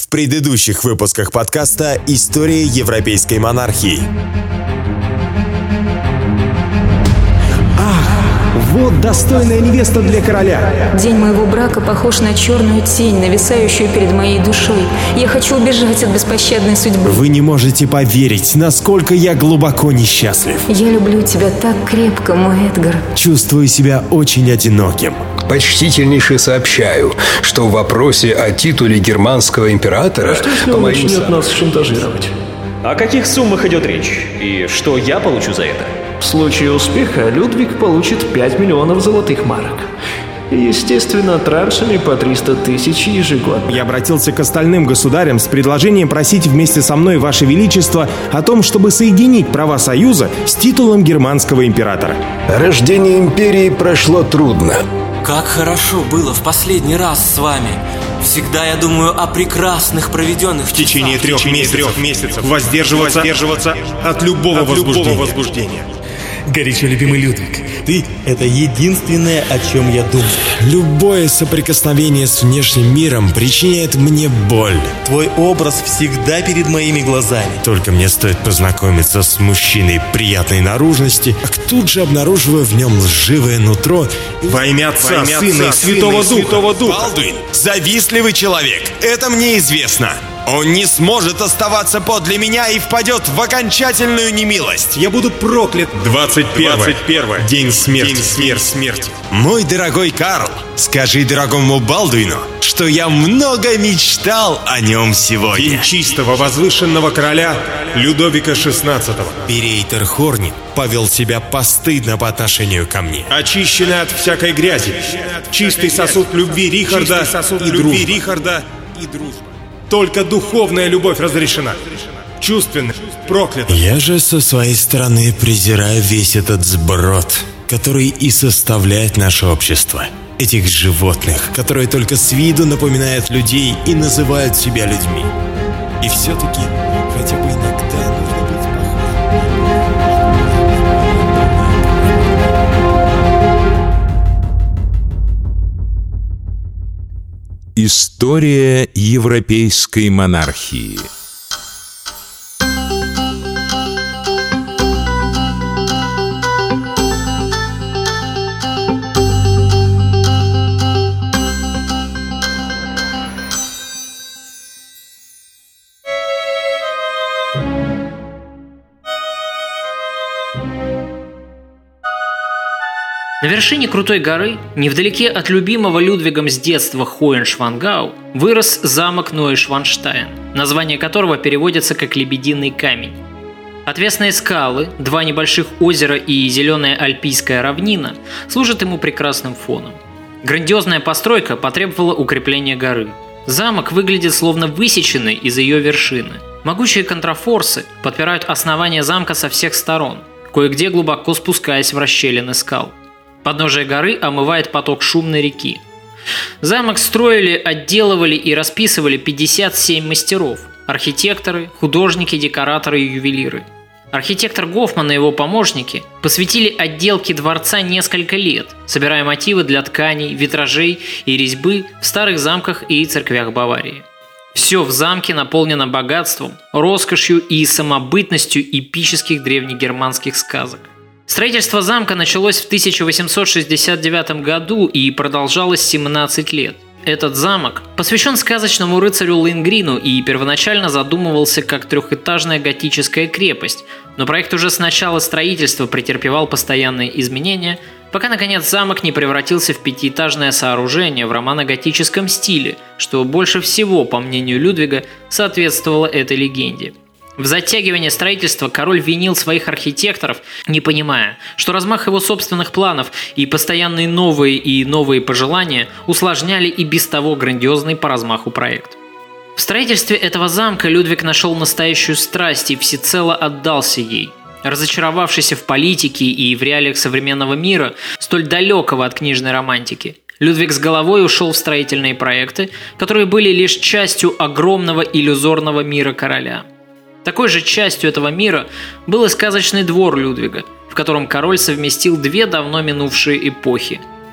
В предыдущих выпусках подкаста «История европейской монархии». Вот достойная невеста для короля. День моего брака похож на черную тень, нависающую перед моей душой. Я хочу убежать от беспощадной судьбы. Вы не можете поверить, насколько я глубоко несчастлив. Я люблю тебя так крепко, мой Эдгар. Чувствую себя очень одиноким. Почтительнейше сообщаю, что в вопросе о титуле германского императора... Что если он начнет нас шантажировать? О каких суммах идет речь? И что я получу за это? В случае успеха Людвиг получит 5 миллионов золотых марок. И, естественно, траншами по 300 тысяч ежегодно. Я обратился к остальным государям с предложением просить вместе со мной, Ваше Величество, о том, чтобы соединить права Союза с титулом германского императора. Рождение империи прошло трудно. Как хорошо было в последний раз с вами. Всегда я думаю о прекрасных проведенных В течение трех месяцев воздерживаться от любого возбуждения. Горячо любимый Людвиг, ты — это единственное, о чем я думаю. Любое соприкосновение с внешним миром причиняет мне боль. Твой образ всегда перед моими глазами. Только мне стоит познакомиться с мужчиной приятной наружности, как тут же обнаруживаю в нем лживое нутро. Во имя Отца, Сына и Святого Духа. Балдуин — завистливый человек, это мне известно. Он не сможет оставаться подле меня и впадет в окончательную немилость. Я буду проклят. 21. День смерти. Мой дорогой Карл, скажи дорогому Балдуину, что я много мечтал о нем сегодня. День чистого возвышенного короля Людовика XVI. Берейтер Хорнин повел себя постыдно по отношению ко мне. Очищенный от всякой грязи. Чистый сосуд любви Рихарда и дружбы. Только духовная любовь разрешена. Чувственная проклята. Я же со своей стороны презираю весь этот сброд, который и составляет наше общество. Этих животных, которые только с виду напоминают людей и называют себя людьми. И все-таки хотя бы иногда нужно быть похожим. История европейской монархии. На вершине крутой горы, невдалеке от любимого Людвигом с детства Хоеншвангау, вырос замок Нойшванштайн, название которого переводится как «Лебединый камень». Отвесные скалы, два небольших озера и зеленая альпийская равнина служат ему прекрасным фоном. Грандиозная постройка потребовала укрепления горы. Замок выглядит словно высеченный из ее вершины. Могучие контрафорсы подпирают основание замка со всех сторон, кое-где глубоко спускаясь в расщелины скал. Подножие горы омывает поток шумной реки. Замок строили, отделывали и расписывали 57 мастеров – архитекторы, художники, декораторы и ювелиры. Архитектор Гофман и его помощники посвятили отделке дворца несколько лет, собирая мотивы для тканей, витражей и резьбы в старых замках и церквях Баварии. Все в замке наполнено богатством, роскошью и самобытностью эпических древнегерманских сказок. Строительство замка началось в 1869 году и продолжалось 17 лет. Этот замок посвящен сказочному рыцарю Лоенгрину и первоначально задумывался как трехэтажная готическая крепость, но проект уже с начала строительства претерпевал постоянные изменения, пока наконец замок не превратился в пятиэтажное сооружение в романо-готическом стиле, что больше всего, по мнению Людвига, соответствовало этой легенде. В затягивание строительства король винил своих архитекторов, не понимая, что размах его собственных планов и постоянные новые пожелания усложняли и без того грандиозный по размаху проект. В строительстве этого замка Людвиг нашел настоящую страсть и всецело отдался ей. Разочаровавшийся в политике и в реалиях современного мира, столь далекого от книжной романтики, Людвиг с головой ушел в строительные проекты, которые были лишь частью огромного иллюзорного мира короля. Такой же частью этого мира был и сказочный двор Людвига, в котором король совместил две давно минувшие эпохи.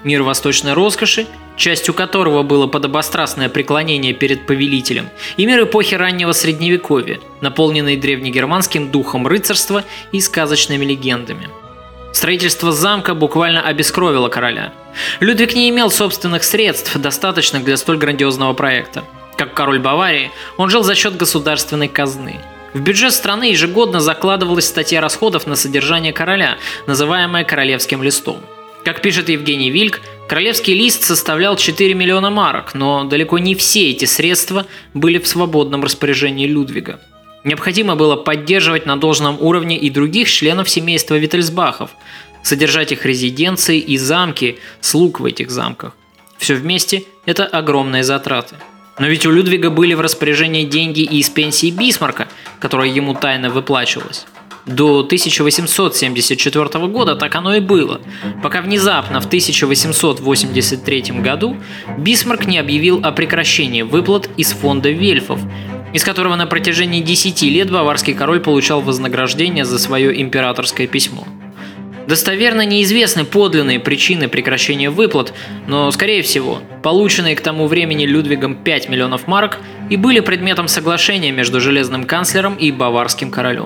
мир восточной роскоши, частью которого было подобострастное преклонение перед повелителем, и мир эпохи раннего Средневековья, наполненный древнегерманским духом рыцарства и сказочными легендами. Строительство замка буквально обескровило короля. Людвиг не имел собственных средств, достаточных для столь грандиозного проекта. Как король Баварии, он жил за счет государственной казны. В бюджет страны ежегодно закладывалась статья расходов на содержание короля, называемая королевским листом. Как пишет Евгений Вильк, королевский лист составлял 4 миллиона марок, но далеко не все эти средства были в свободном распоряжении Людвига. Необходимо было поддерживать на должном уровне и других членов семейства Виттельсбахов, содержать их резиденции и замки, слуг в этих замках. Все вместе – это огромные затраты. Но ведь у Людвига были в распоряжении деньги и из пенсии Бисмарка, которая ему тайно выплачивалась. До 1874 года так оно и было, пока внезапно в 1883 году Бисмарк не объявил о прекращении выплат из фонда вельфов, из которого на протяжении 10 лет баварский король получал вознаграждение за свое императорское письмо. Достоверно неизвестны подлинные причины прекращения выплат, но, скорее всего, полученные к тому времени Людвигом 5 миллионов марок и были предметом соглашения между железным канцлером и баварским королем.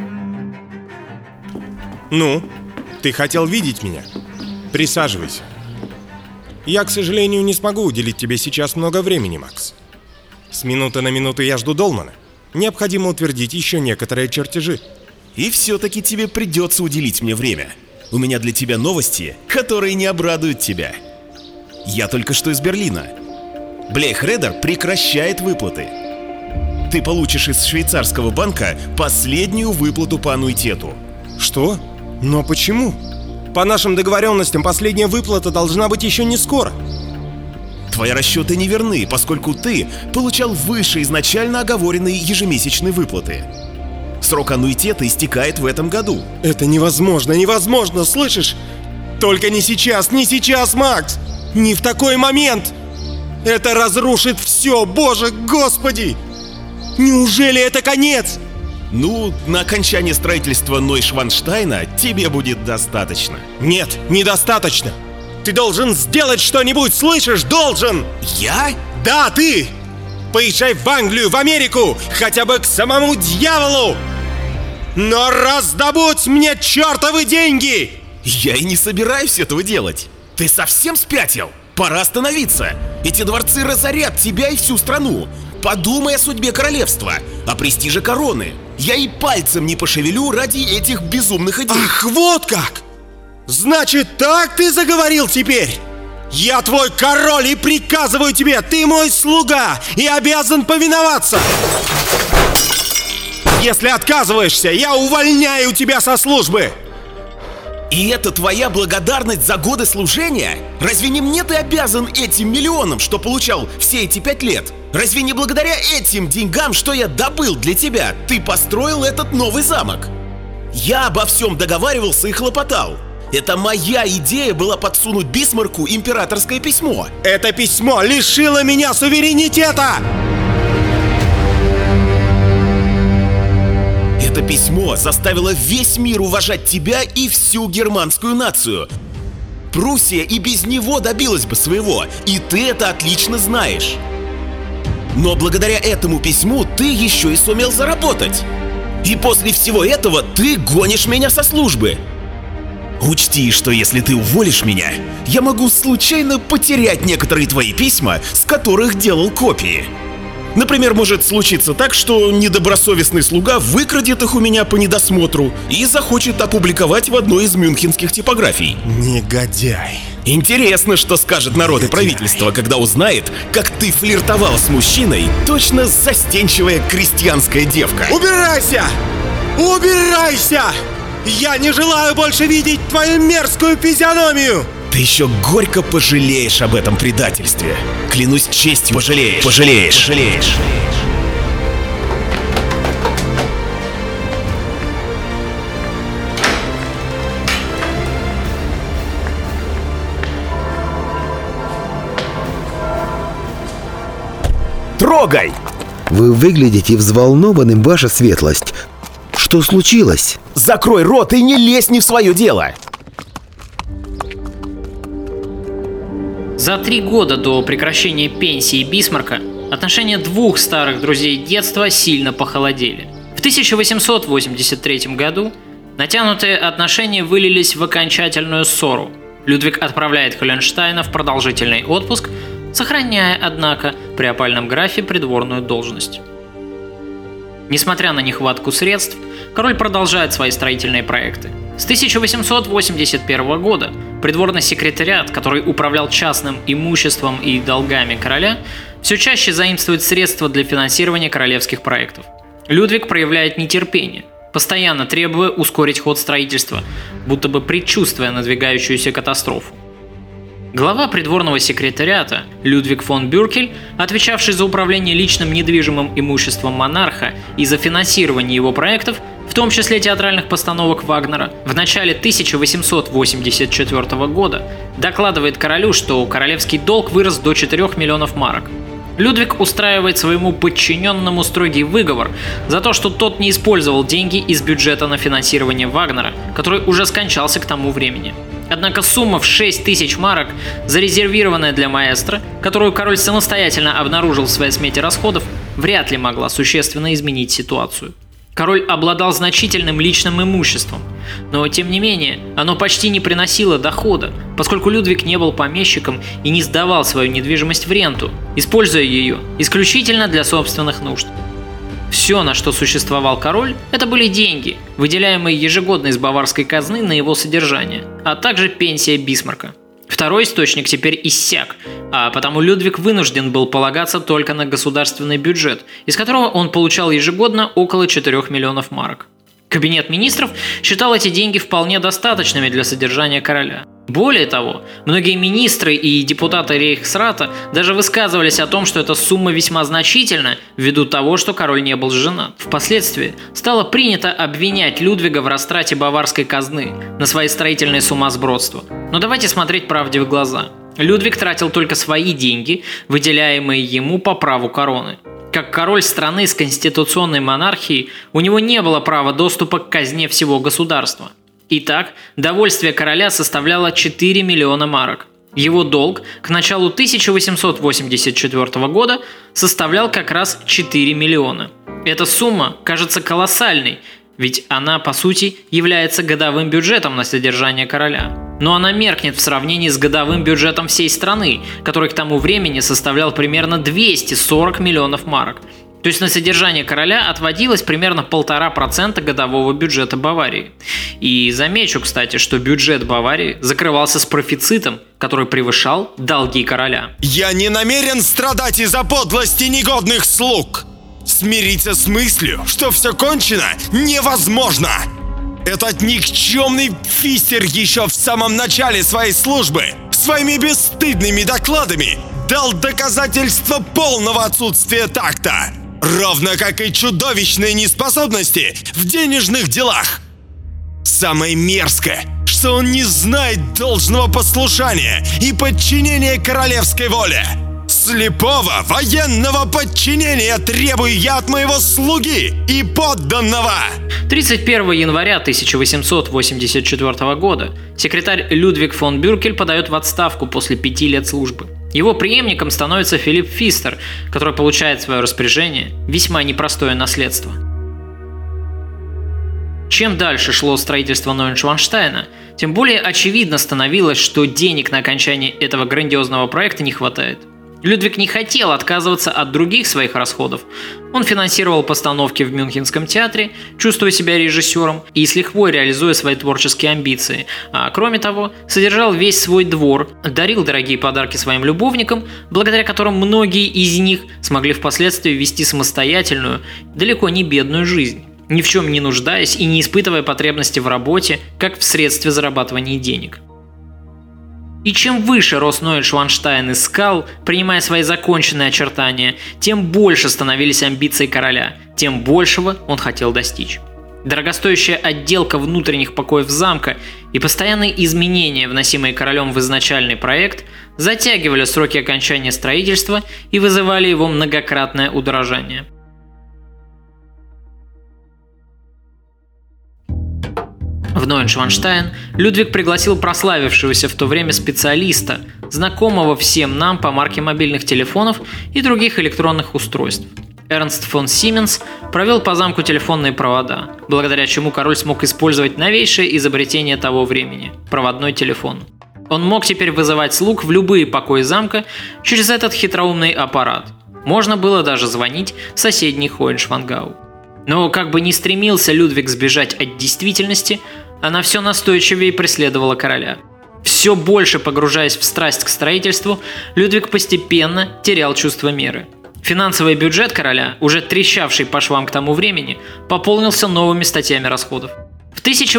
Ну, ты хотел видеть меня? Присаживайся. Я, к сожалению, не смогу уделить тебе сейчас много времени, Макс. С минуты на минуту я жду Долмана. Необходимо утвердить еще некоторые чертежи. И все-таки тебе придется уделить мне время. У меня для тебя новости, которые не обрадуют тебя. Я только что из Берлина. Блейхредер прекращает выплаты. Ты получишь из швейцарского банка последнюю выплату по аннуитету. Что? Но почему? По нашим договоренностям последняя выплата должна быть еще не скоро. Твои расчеты неверны, поскольку ты получал выше изначально оговоренной ежемесячной выплаты. Срок аннуитета истекает в этом году. Это невозможно, слышишь? Только не сейчас, Макс! Не в такой момент! Это разрушит все, Боже, Господи! Неужели это конец? Ну, на окончание строительства Нойшванштайна тебе будет достаточно. Нет, недостаточно! Ты должен сделать что-нибудь, слышишь? Должен! Я? Да, ты! Поезжай в Англию, в Америку, хотя бы к самому дьяволу! Но раздобудь мне чертовы деньги! Я и не собираюсь этого делать. Ты совсем спятил? Пора остановиться. Эти дворцы разорят тебя и всю страну. Подумай о судьбе королевства, о престиже короны. Я и пальцем не пошевелю ради этих безумных идей. Ах, вот как! Значит, так ты заговорил теперь? Я твой король и приказываю тебе, ты мой слуга и обязан повиноваться. Если отказываешься, я увольняю тебя со службы. И это твоя благодарность за годы служения? Разве не мне ты обязан этим миллионам, что получал все эти 5 лет? Разве не благодаря этим деньгам, что я добыл для тебя, ты построил этот новый замок? Я обо всем договаривался и хлопотал. Это моя идея была подсунуть Бисмарку императорское письмо. Это письмо лишило меня суверенитета! Это письмо заставило весь мир уважать тебя и всю германскую нацию. Пруссия и без него добилась бы своего, и ты это отлично знаешь. Но благодаря этому письму ты еще и сумел заработать. И после всего этого ты гонишь меня со службы. Учти, что если ты уволишь меня, я могу случайно потерять некоторые твои письма, с которых делал копии. Например, может случиться так, что недобросовестный слуга выкрадет их у меня по недосмотру и захочет опубликовать в одной из мюнхенских типографий. Негодяй. Интересно, что скажет народ и правительство, когда узнает, как ты флиртовал с мужчиной, точно застенчивая крестьянская девка. Убирайся! Убирайся! Я не желаю больше видеть твою мерзкую физиономию! Ты еще горько пожалеешь об этом предательстве. Клянусь честью, пожалеешь. Трогай! Вы выглядите взволнованным, ваша светлость. Что случилось? Закрой рот и не лезь не в свое дело. За 3 года до прекращения пенсии Бисмарка отношения двух старых друзей детства сильно похолодели. В 1883 году натянутые отношения вылились в окончательную ссору. Людвиг отправляет Холенштайна в продолжительный отпуск, сохраняя, однако, при опальном графе придворную должность. Несмотря на нехватку средств, король продолжает свои строительные проекты. С 1881 года придворный секретариат, который управлял частным имуществом и долгами короля, все чаще заимствует средства для финансирования королевских проектов. Людвиг проявляет нетерпение, постоянно требуя ускорить ход строительства, будто бы предчувствуя надвигающуюся катастрофу. Глава придворного секретариата Людвиг фон Бюркель, отвечавший за управление личным недвижимым имуществом монарха и за финансирование его проектов, в том числе театральных постановок Вагнера, в начале 1884 года докладывает королю, что королевский долг вырос до 4 миллионов марок. Людвиг устраивает своему подчиненному строгий выговор за то, что тот не использовал деньги из бюджета на финансирование Вагнера, который уже скончался к тому времени. Однако сумма в 6 тысяч марок, зарезервированная для маэстро, которую король самостоятельно обнаружил в своей смете расходов, вряд ли могла существенно изменить ситуацию. Король обладал значительным личным имуществом, но тем не менее оно почти не приносило дохода, поскольку Людвиг не был помещиком и не сдавал свою недвижимость в ренту, используя ее исключительно для собственных нужд. Все, на что существовал король, это были деньги, выделяемые ежегодно из баварской казны на его содержание, а также пенсия Бисмарка. Второй источник теперь иссяк, а потому Людвиг вынужден был полагаться только на государственный бюджет, из которого он получал ежегодно около 4 миллионов марок. Кабинет министров считал эти деньги вполне достаточными для содержания короля. Более того, многие министры и депутаты Рейхсрата даже высказывались о том, что эта сумма весьма значительна ввиду того, что король не был женат. Впоследствии стало принято обвинять Людвига в растрате баварской казны на свои строительные сумасбродства. Но давайте смотреть правде в глаза. Людвиг тратил только свои деньги, выделяемые ему по праву короны. Как король страны с конституционной монархией, у него не было права доступа к казне всего государства. Итак, довольствие короля составляло 4 миллиона марок. Его долг к началу 1884 года составлял как раз 4 миллиона. Эта сумма кажется колоссальной, ведь она, по сути, является годовым бюджетом на содержание короля. Но она меркнет в сравнении с годовым бюджетом всей страны, который к тому времени составлял примерно 240 миллионов марок. То есть на содержание короля отводилось примерно 1,5% годового бюджета Баварии. И замечу, кстати, что бюджет Баварии закрывался с профицитом, который превышал долги короля. Я не намерен страдать из-за подлости негодных слуг. Смириться с мыслью, что все кончено, невозможно. Этот никчемный Пфистер еще в самом начале своей службы своими бесстыдными докладами дал доказательство полного отсутствия такта, равно как и чудовищной неспособности в денежных делах. Самое мерзкое, что он не знает должного послушания и подчинения королевской воле. Слепого военного подчинения требую я от моего слуги и подданного. 31 января 1884 года секретарь Людвиг фон Бюркель подает в отставку после 5 лет службы. Его преемником становится Филипп Пфистер, который получает в свое распоряжение весьма непростое наследство. Чем дальше шло строительство Нойеншванштайна, тем более очевидно становилось, что денег на окончание этого грандиозного проекта не хватает. Людвиг не хотел отказываться от других своих расходов. Он финансировал постановки в Мюнхенском театре, чувствуя себя режиссером и с лихвой реализуя свои творческие амбиции. А кроме того, содержал весь свой двор, дарил дорогие подарки своим любовникам, благодаря которым многие из них смогли впоследствии вести самостоятельную, далеко не бедную жизнь, ни в чем не нуждаясь и не испытывая потребности в работе, как в средстве зарабатывания денег. И чем выше рос Нойеншванштайн из скал, принимая свои законченные очертания, тем больше становились амбиции короля, тем большего он хотел достичь. Дорогостоящая отделка внутренних покоев замка и постоянные изменения, вносимые королем в изначальный проект, затягивали сроки окончания строительства и вызывали его многократное В В Нойеншванштайн Людвиг пригласил прославившегося в то время специалиста, знакомого всем нам по марке мобильных телефонов и других электронных устройств. Эрнст фон Сименс провел по замку телефонные провода, благодаря чему король смог использовать новейшее изобретение того времени – проводной телефон. Он мог теперь вызывать слуг в любые покои замка через этот хитроумный аппарат. Можно было даже звонить в соседний Хоеншвангау. Но как бы ни стремился Людвиг сбежать от действительности, она все настойчивее преследовала короля. Все больше погружаясь в страсть к строительству, Людвиг постепенно терял чувство меры. Финансовый бюджет короля, уже трещавший по швам к тому времени, пополнился новыми статьями расходов. В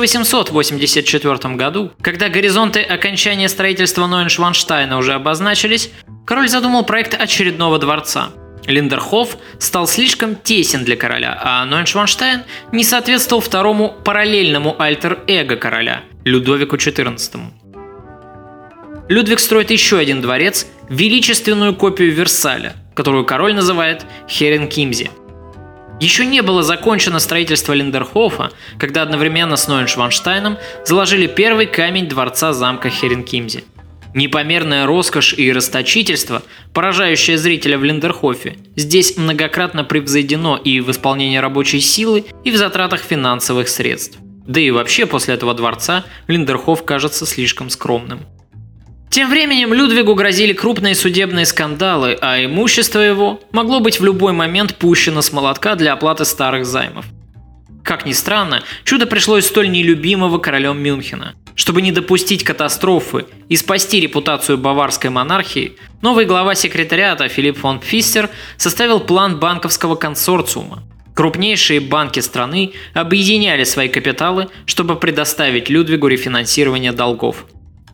1884 году, когда горизонты окончания строительства Нойеншванштайна уже обозначились, король задумал проект очередного дворца. Линдерхоф стал слишком тесен для короля, а Нойеншванштайн не соответствовал второму параллельному альтер-эго короля – Людовику XIV. Людвиг строит еще один дворец, величественную копию Версаля, которую король называет Херенкимзе. Еще не было закончено строительство Линдерхофа, когда одновременно с Нойеншванштайном заложили первый камень дворца замка Херенкимзе. Непомерная роскошь и расточительство, поражающее зрителя в Линдерхофе, здесь многократно превзойдено и в исполнении рабочей силы, и в затратах финансовых средств. Да и вообще после этого дворца Линдерхоф кажется слишком скромным. Тем временем Людвигу грозили крупные судебные скандалы, а имущество его могло быть в любой момент пущено с молотка для оплаты старых займов. Как ни странно, чудо пришло из столь нелюбимого королем Мюнхена. Чтобы не допустить катастрофы и спасти репутацию баварской монархии, новый глава секретариата Филипп фон Пфистер составил план банковского консорциума. Крупнейшие банки страны объединяли свои капиталы, чтобы предоставить Людвигу рефинансирование долгов.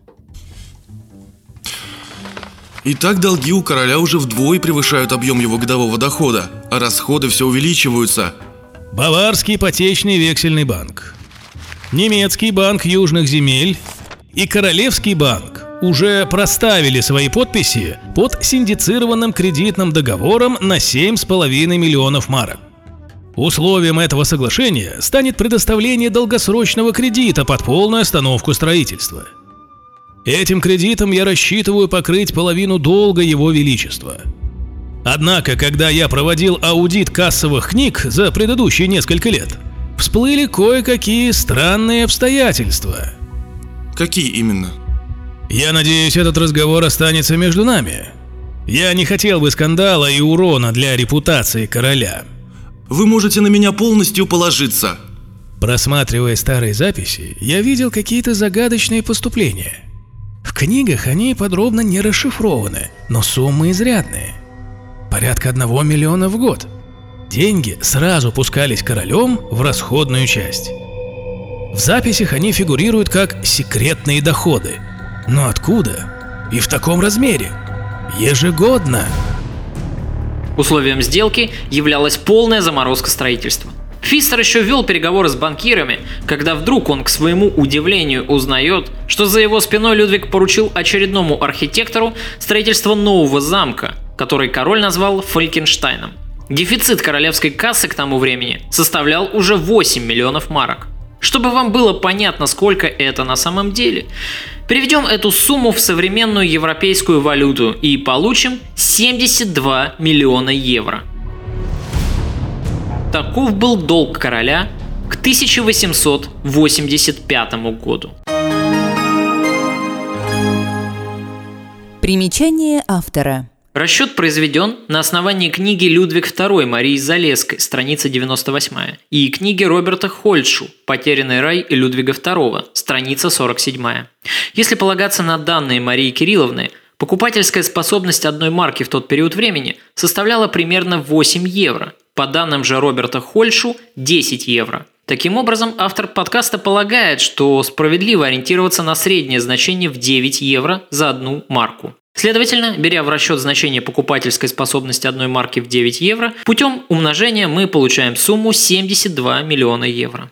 Итак, долги у короля уже вдвое превышают объем его годового дохода, а расходы все увеличиваются. Баварский ипотечный вексельный банк, немецкий банк южных земель и Королевский банк уже проставили свои подписи под синдицированным кредитным договором на 7,5 миллионов марок. Условием этого соглашения станет предоставление долгосрочного кредита под полную остановку строительства. Этим кредитом я рассчитываю покрыть половину долга Его Величества. Однако, когда я проводил аудит кассовых книг за предыдущие несколько лет, всплыли кое-какие странные обстоятельства. Какие именно? Я надеюсь, этот разговор останется между нами. Я не хотел бы скандала и урона для репутации короля. Вы можете на меня полностью положиться. Просматривая старые записи, я видел какие-то загадочные поступления. В книгах они подробно не расшифрованы, но суммы изрядные. Порядка 1 миллиона в год. Деньги сразу пускались королем в расходную часть. В записях они фигурируют как секретные доходы. Но откуда? И в таком размере? Ежегодно. Условием сделки являлась полная заморозка строительства. Пфистер еще вел переговоры с банкирами, когда вдруг он, к своему удивлению, узнает, что за его спиной Людвиг поручил очередному архитектору строительство нового замка, который король назвал Фалькенштайном. Дефицит королевской кассы к тому времени составлял уже 8 миллионов марок. Чтобы вам было понятно, сколько это на самом деле, переведем эту сумму в современную европейскую валюту и получим 72 миллиона евро. Таков был долг короля к 1885 году. Примечание автора. Расчет произведен на основании книги «Людвиг II» Марии Залесской, страница 98, и книги Роберта Хольтшу «Потерянный рай» Людвига II, страница 47. Если полагаться на данные Марии Кирилловны, покупательская способность одной марки в тот период времени составляла примерно 8 евро, по данным же Роберта Хольтшу – 10 евро. Таким образом, автор подкаста полагает, что справедливо ориентироваться на среднее значение в 9 евро за одну марку. Следовательно, беря в расчет значение покупательской способности одной марки в 9 евро, путем умножения мы получаем сумму 72 миллиона евро.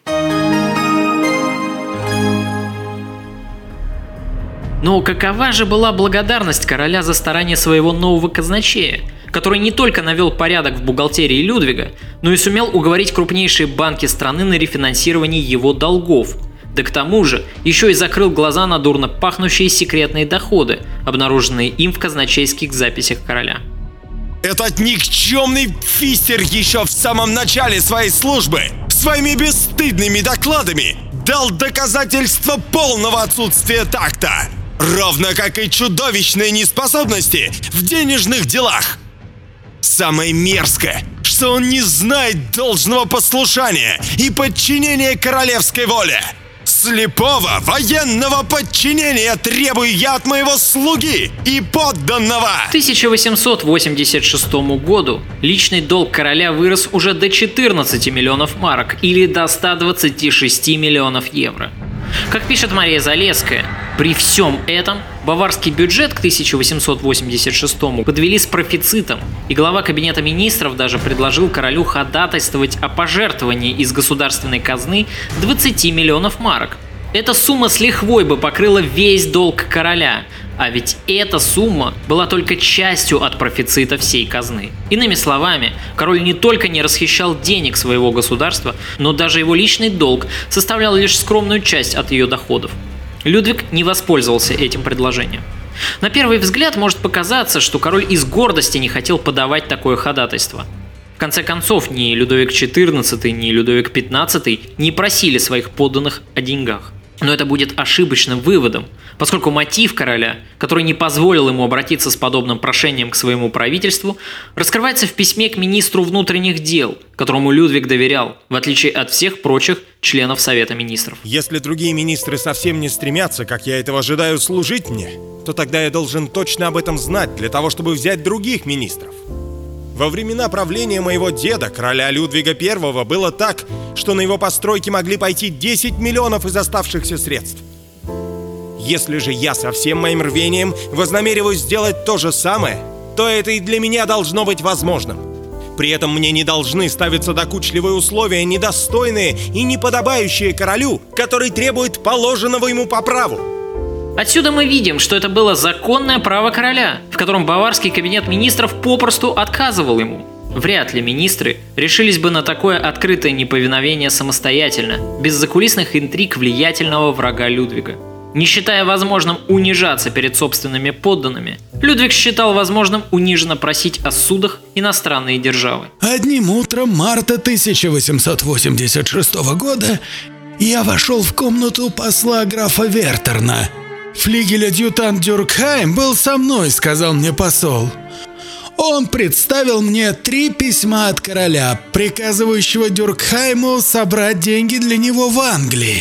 Но какова же была благодарность короля за старания своего нового казначея, который не только навел порядок в бухгалтерии Людвига, но и сумел уговорить крупнейшие банки страны на рефинансирование его долгов. Да к тому же, еще и закрыл глаза на дурно пахнущие секретные доходы, обнаруженные им в казначейских записях короля. Этот никчемный Пфистер еще в самом начале своей службы своими бесстыдными докладами дал доказательство полного отсутствия такта, равно как и чудовищной неспособности в денежных делах. Самое мерзкое, что он не знает должного послушания и подчинения королевской воле. Слепого военного подчинения требую я от моего слуги и подданного. К 1886 году личный долг короля вырос уже до 14 миллионов марок или до 126 миллионов евро. Как пишет Мария Залесская, при всем этом баварский бюджет к 1886 подвели с профицитом, и глава кабинета министров даже предложил королю ходатайствовать о пожертвовании из государственной казны 20 миллионов марок. Эта сумма с лихвой бы покрыла весь долг короля, а ведь эта сумма была только частью от профицита всей казны. Иными словами, король не только не расхищал денег своего государства, но даже его личный долг составлял лишь скромную часть от ее доходов. Людвиг не воспользовался этим предложением. На первый взгляд может показаться, что король из гордости не хотел подавать такое ходатайство. В конце концов, ни Людовик XIV, ни Людовик XV не просили своих подданных о деньгах. Но это будет ошибочным выводом, поскольку мотив короля, который не позволил ему обратиться с подобным прошением к своему правительству, раскрывается в письме к министру внутренних дел, которому Людвиг доверял, в отличие от всех прочих членов Совета министров. Если другие министры совсем не стремятся, как я этого ожидаю, служить мне, то тогда я должен точно об этом знать для того, чтобы взять других министров. Во времена правления моего деда, короля Людвига I, было так, что на его постройки могли пойти 10 миллионов из оставшихся средств. Если же я со всем моим рвением вознамериваюсь сделать то же самое, то это и для меня должно быть возможным. При этом мне не должны ставиться докучливые условия, недостойные и не подобающие королю, который требует положенного ему по праву. Отсюда мы видим, что это было законное право короля, в котором баварский кабинет министров попросту отказывал ему. Вряд ли министры решились бы на такое открытое неповиновение самостоятельно, без закулисных интриг влиятельного врага Людвига. Не считая возможным унижаться перед собственными подданными, Людвиг считал возможным униженно просить о судах иностранные державы. Одним утром марта 1886 года я вошел в комнату посла графа Вертерна. «Флигель-адъютант Дюркхайм был со мной», — сказал мне посол. Он представил мне 3 письма от короля, приказывающего Дюркхайму собрать деньги для него в Англии.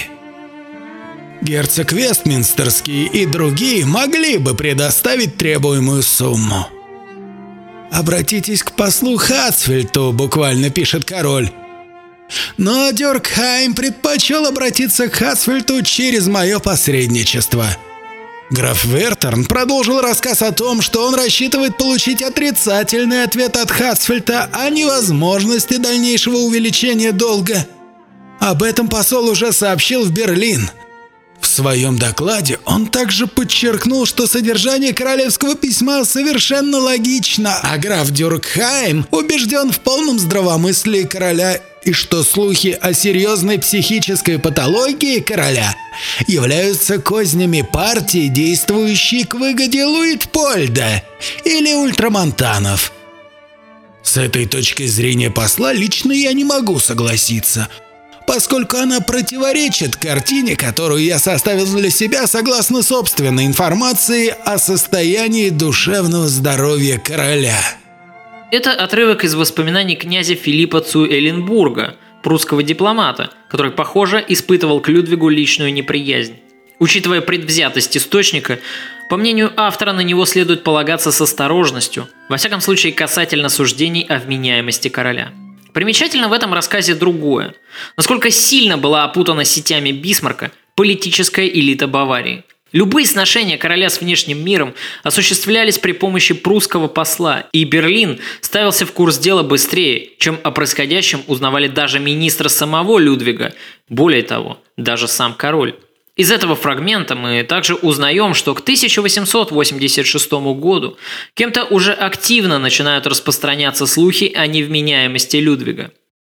Герцог Вестминстерский и другие могли бы предоставить требуемую сумму. «Обратитесь к послу Хатсфельту», — буквально пишет король. Но Дюркхайм предпочел обратиться к Хатсфельту через мое посредничество. Граф Вертерн продолжил рассказ о том, что он рассчитывает получить отрицательный ответ от Хатсфельта о невозможности дальнейшего увеличения долга. Об этом посол уже сообщил в Берлин. В своем докладе он также подчеркнул, что содержание королевского письма совершенно логично, а граф Дюркхайм убежден в полном здравомыслии короля и что слухи о серьезной психической патологии короля являются кознями партии, действующей к выгоде Луитпольда или ультрамонтанов. С этой точки зрения посла лично я не могу согласиться, поскольку она противоречит картине, которую я составил для себя согласно собственной информации о состоянии душевного здоровья короля. Это отрывок из воспоминаний князя Филиппа Цу-Эленбурга, прусского дипломата, который, похоже, испытывал к Людвигу личную неприязнь. Учитывая предвзятость источника, по мнению автора, на него следует полагаться с осторожностью, во всяком случае касательно суждений о вменяемости короля. Примечательно в этом рассказе другое. Насколько сильно была опутана сетями Бисмарка политическая элита Баварии. Любые сношения короля с внешним миром осуществлялись при помощи прусского посла, и Берлин ставился в курс дела быстрее, чем о происходящем узнавали даже министры самого Людвига, более того, даже сам король. Из этого фрагмента мы также узнаем, что к 1886 году кем-то уже активно начинают распространяться слухи о невменяемости Людвига.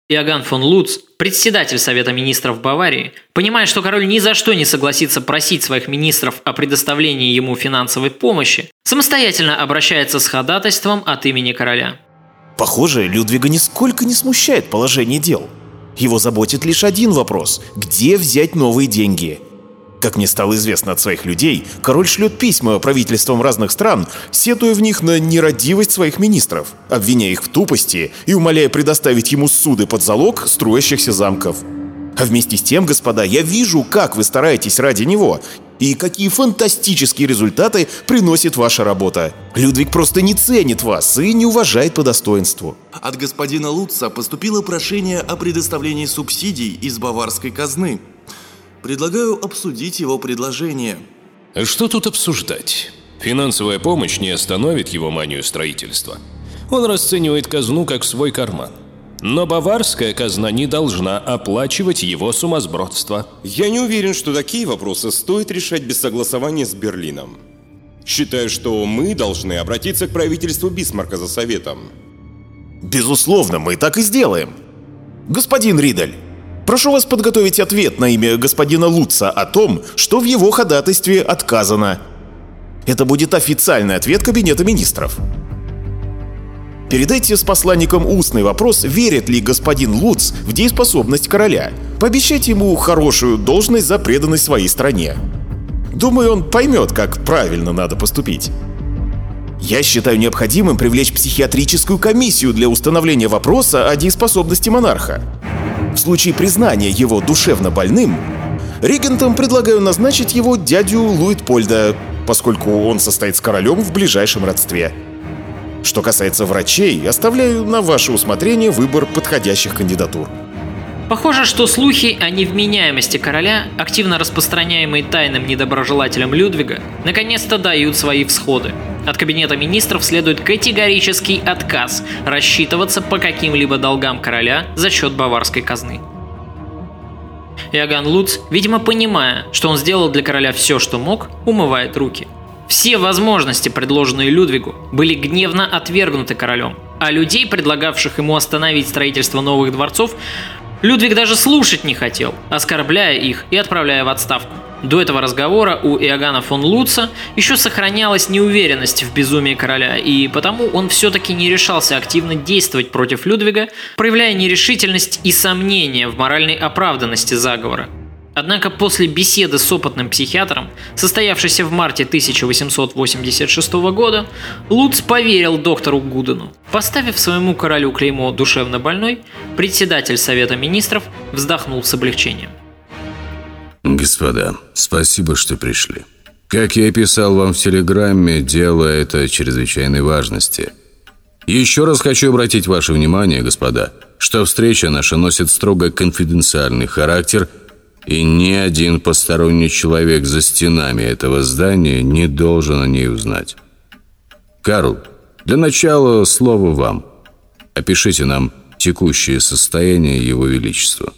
Иоганн фон Луц, председатель Совета министров Баварии, понимая, что король ни за что не согласится просить своих министров о предоставлении ему финансовой помощи, самостоятельно обращается с ходатайством от имени короля. Похоже, Людвига нисколько не смущает положение дел. Его заботит лишь один вопрос – где взять новые деньги? Как мне стало известно от своих людей, король шлет письма правительствам разных стран, сетуя в них на нерадивость своих министров, обвиняя их в тупости и умоляя предоставить ему суды под залог строящихся замков. А вместе с тем, господа, я вижу, как вы стараетесь ради него, и какие фантастические результаты приносит ваша работа. Людвиг просто не ценит вас и не уважает по достоинству. От господина Лутца поступило прошение о предоставлении субсидий из баварской казны. Предлагаю обсудить его предложение. Что тут обсуждать? Финансовая помощь не остановит его манию строительства. Он расценивает казну как свой карман. Но баварская казна не должна оплачивать его сумасбродство. Я не уверен, что такие вопросы стоит решать без согласования с Берлином. Считаю, что мы должны обратиться к правительству Бисмарка за советом. Безусловно, мы так и сделаем. Господин Ридель, прошу вас подготовить ответ на имя господина Лутца о том, что в его ходатайстве отказано. Это будет официальный ответ Кабинета министров. Передайте с посланником устный вопрос, верит ли господин Лутц в дееспособность короля. Пообещайте ему хорошую должность за преданность своей стране. Думаю, он поймет, как правильно надо поступить. Я считаю необходимым привлечь психиатрическую комиссию для установления вопроса о дееспособности монарха. В случае признания его душевно больным, регентом предлагаю назначить его дядю Луитпольда, поскольку он состоит с королем в ближайшем родстве. Что касается врачей, оставляю на ваше усмотрение выбор подходящих кандидатур. Похоже, что слухи о невменяемости короля, активно распространяемые тайным недоброжелателем Людвига, наконец-то дают свои всходы. От Кабинета министров следует категорический отказ рассчитываться по каким-либо долгам короля за счет баварской казны. Иоганн Лутц, видимо понимая, что он сделал для короля все, что мог, умывает руки. Все возможности, предложенные Людвигу, были гневно отвергнуты королем, а людей, предлагавших ему остановить строительство новых дворцов, Людвиг даже слушать не хотел, оскорбляя их и отправляя в отставку. До этого разговора у Иоганна фон Лутца еще сохранялась неуверенность в безумии короля, и потому он все-таки не решался активно действовать против Людвига, проявляя нерешительность и сомнения в моральной оправданности заговора. Однако после беседы с опытным психиатром, состоявшейся в марте 1886 года, Лутц поверил доктору Гудену. Поставив своему королю клеймо «душевно больной», председатель Совета министров вздохнул с облегчением. Господа, спасибо, что пришли. Как я и писал вам в телеграмме, дело это чрезвычайной важности. Еще раз хочу обратить ваше внимание, господа, что встреча наша носит строго конфиденциальный характер, и ни один посторонний человек за стенами этого здания не должен о ней узнать. Карл, для начала слово вам. Опишите нам текущее состояние Его Величества.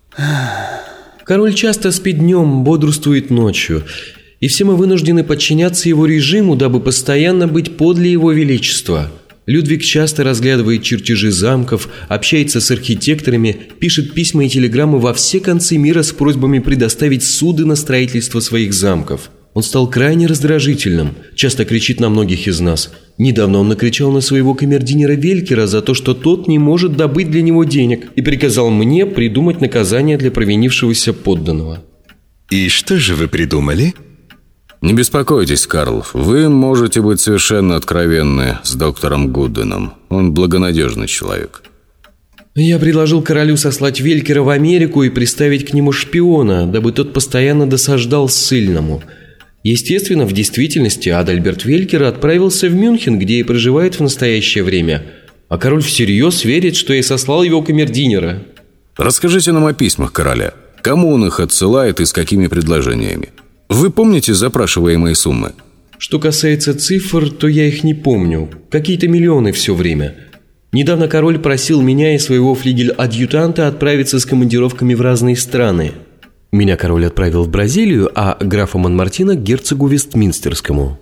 Король часто спит днем, бодрствует ночью, и все мы вынуждены подчиняться его режиму, дабы постоянно быть подле Его Величества. Людвиг часто разглядывает чертежи замков, общается с архитекторами, пишет письма и телеграммы во все концы мира с просьбами предоставить суды на строительство своих замков. Он стал крайне раздражительным, часто кричит на многих из нас. Недавно он накричал на своего камердинера Велькера за то, что тот не может добыть для него денег, и приказал мне придумать наказание для провинившегося подданного. И что же вы придумали? Не беспокойтесь, Карл, вы можете быть совершенно откровенны с доктором Гуденом. Он благонадежный человек. Я предложил королю сослать Велькера в Америку и приставить к нему шпиона, дабы тот постоянно досаждал ссыльному. Естественно, в действительности Адальберт Велькер отправился в Мюнхен, где и проживает в настоящее время. А король всерьез верит, что я сослал его камердинера. Расскажите нам о письмах короля. Кому он их отсылает и с какими предложениями? Вы помните запрашиваемые суммы? Что касается цифр, то я их не помню. Какие-то миллионы все время. Недавно король просил меня и своего флигель-адъютанта отправиться с командировками в разные страны. Меня король отправил в Бразилию, а графа Монмартина к герцогу Вестминстерскому.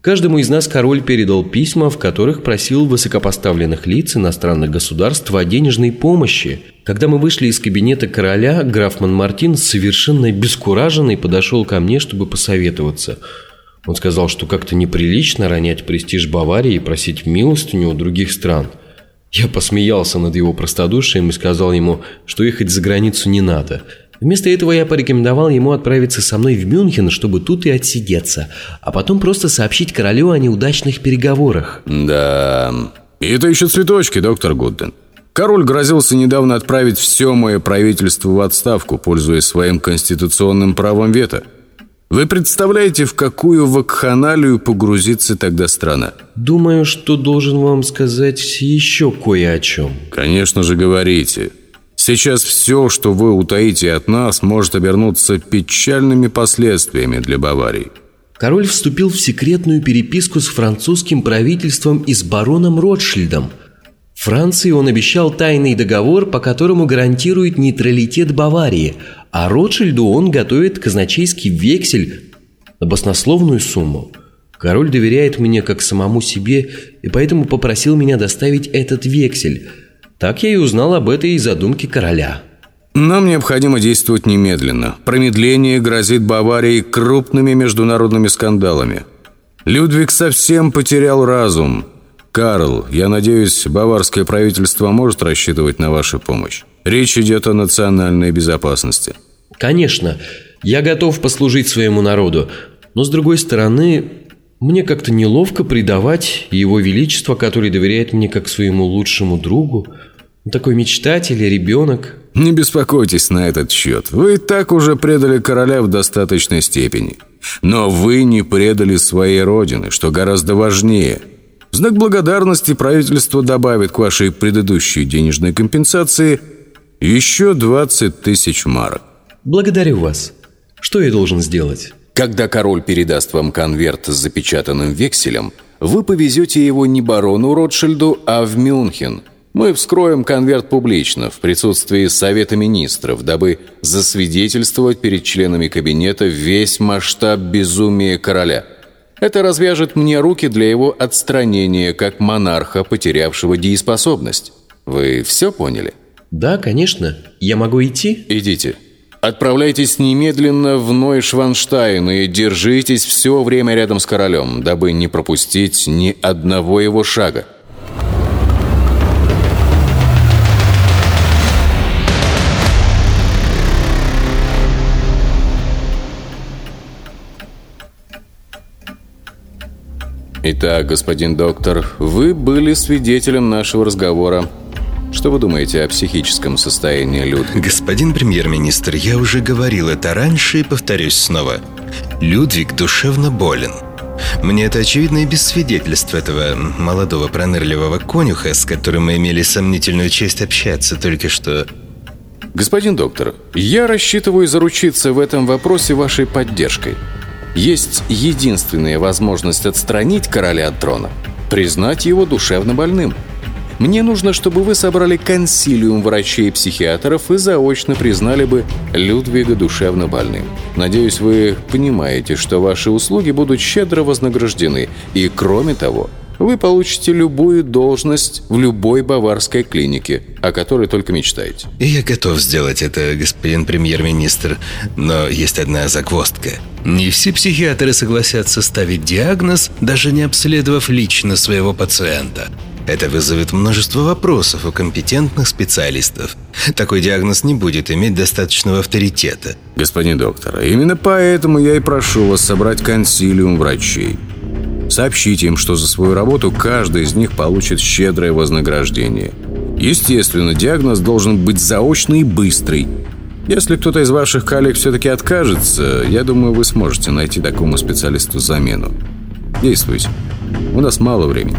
Каждому из нас король передал письма, в которых просил высокопоставленных лиц иностранных государств о денежной помощи. Когда мы вышли из кабинета короля, граф Монмартин, совершенно обескураженный, подошел ко мне, чтобы посоветоваться. Он сказал, что как-то неприлично ронять престиж Баварии и просить милостыню у других стран. Я посмеялся над его простодушием и сказал ему, что ехать за границу не надо. Вместо этого я порекомендовал ему отправиться со мной в Мюнхен, чтобы тут и отсидеться, а потом просто сообщить королю о неудачных переговорах. Да, и это еще цветочки, доктор Гудден. Король грозился недавно отправить все мое правительство в отставку, пользуясь своим конституционным правом вето. Вы представляете, в какую вакханалию погрузится тогда страна? Думаю, что должен вам сказать еще кое о чем. Конечно же, говорите. Сейчас все, что вы утаите от нас, может обернуться печальными последствиями для Баварии. Король вступил в секретную переписку с французским правительством и с бароном Ротшильдом. Франции он обещал тайный договор, по которому гарантирует нейтралитет Баварии, а Ротшильду он готовит казначейский вексель на баснословную сумму. Король доверяет мне как самому себе и поэтому попросил меня доставить этот вексель. Так я и узнал об этой задумке короля. Нам необходимо действовать немедленно. Промедление грозит Баварии крупными международными скандалами. Людвиг совсем потерял разум. Карл, я надеюсь, баварское правительство может рассчитывать на вашу помощь. Речь идет о национальной безопасности. Конечно, я готов послужить своему народу. Но с другой стороны, мне как-то неловко предавать его величество, который доверяет мне как своему лучшему другу. Такой мечтатель и ребенок. Не беспокойтесь на этот счет. Вы и так уже предали короля в достаточной степени. Но вы не предали своей родины, что гораздо важнее. В знак благодарности правительство добавит к вашей предыдущей денежной компенсации еще 20 тысяч марок. Благодарю вас. Что я должен сделать? Когда король передаст вам конверт с запечатанным векселем, вы повезете его не барону Ротшильду, а в Мюнхен. Мы вскроем конверт публично, в присутствии Совета Министров, дабы засвидетельствовать перед членами кабинета весь масштаб безумия короля. Это развяжет мне руки для его отстранения, как монарха, потерявшего дееспособность. Вы все поняли? Да, конечно. Я могу идти? Идите. Отправляйтесь немедленно в Нойшванштайн и держитесь все время рядом с королем, дабы не пропустить ни одного его шага. Итак, господин доктор, вы были свидетелем нашего разговора. Что вы думаете о психическом состоянии Людвига? Господин премьер-министр, я уже говорил это раньше и повторюсь снова. Людвиг душевно болен. Мне это очевидно и без свидетельств этого молодого пронырливого конюха, с которым мы имели сомнительную честь общаться только что. Господин доктор, я рассчитываю заручиться в этом вопросе вашей поддержкой. Есть единственная возможность отстранить короля от трона – признать его душевно больным. Мне нужно, чтобы вы собрали консилиум врачей и психиатров и заочно признали бы Людвига душевно больным. Надеюсь, вы понимаете, что ваши услуги будут щедро вознаграждены. И кроме того, вы получите любую должность в любой баварской клинике, о которой только мечтаете. Я готов сделать это, господин премьер-министр, но есть одна загвоздка. Не все психиатры согласятся ставить диагноз, даже не обследовав лично своего пациента. Это вызовет множество вопросов у компетентных специалистов. Такой диагноз не будет иметь достаточного авторитета. Господин доктор, именно поэтому я и прошу вас собрать консилиум врачей. Сообщите им, что за свою работу каждый из них получит щедрое вознаграждение. Естественно, диагноз должен быть заочный и быстрый. Если кто-то из ваших коллег все-таки откажется, я думаю, вы сможете найти такому специалисту замену. Действуйте. У нас мало времени.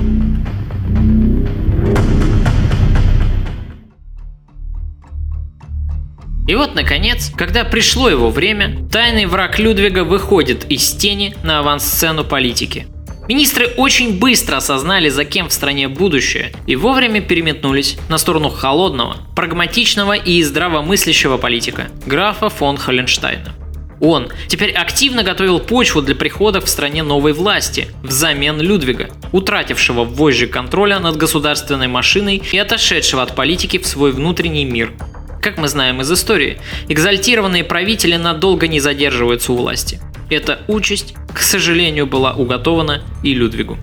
И вот, наконец, когда пришло его время, тайный враг Людвига выходит из тени на авансцену политики. Министры очень быстро осознали, за кем в стране будущее, и вовремя переметнулись на сторону холодного, прагматичного и здравомыслящего политика – графа фон Холленштейна. Он теперь активно готовил почву для прихода в стране новой власти взамен Людвига, утратившего вожжи контроля над государственной машиной и отошедшего от политики в свой внутренний мир. Как мы знаем из истории, экзальтированные правители надолго не задерживаются у власти. Эта участь, к сожалению, была уготована и Людвигу.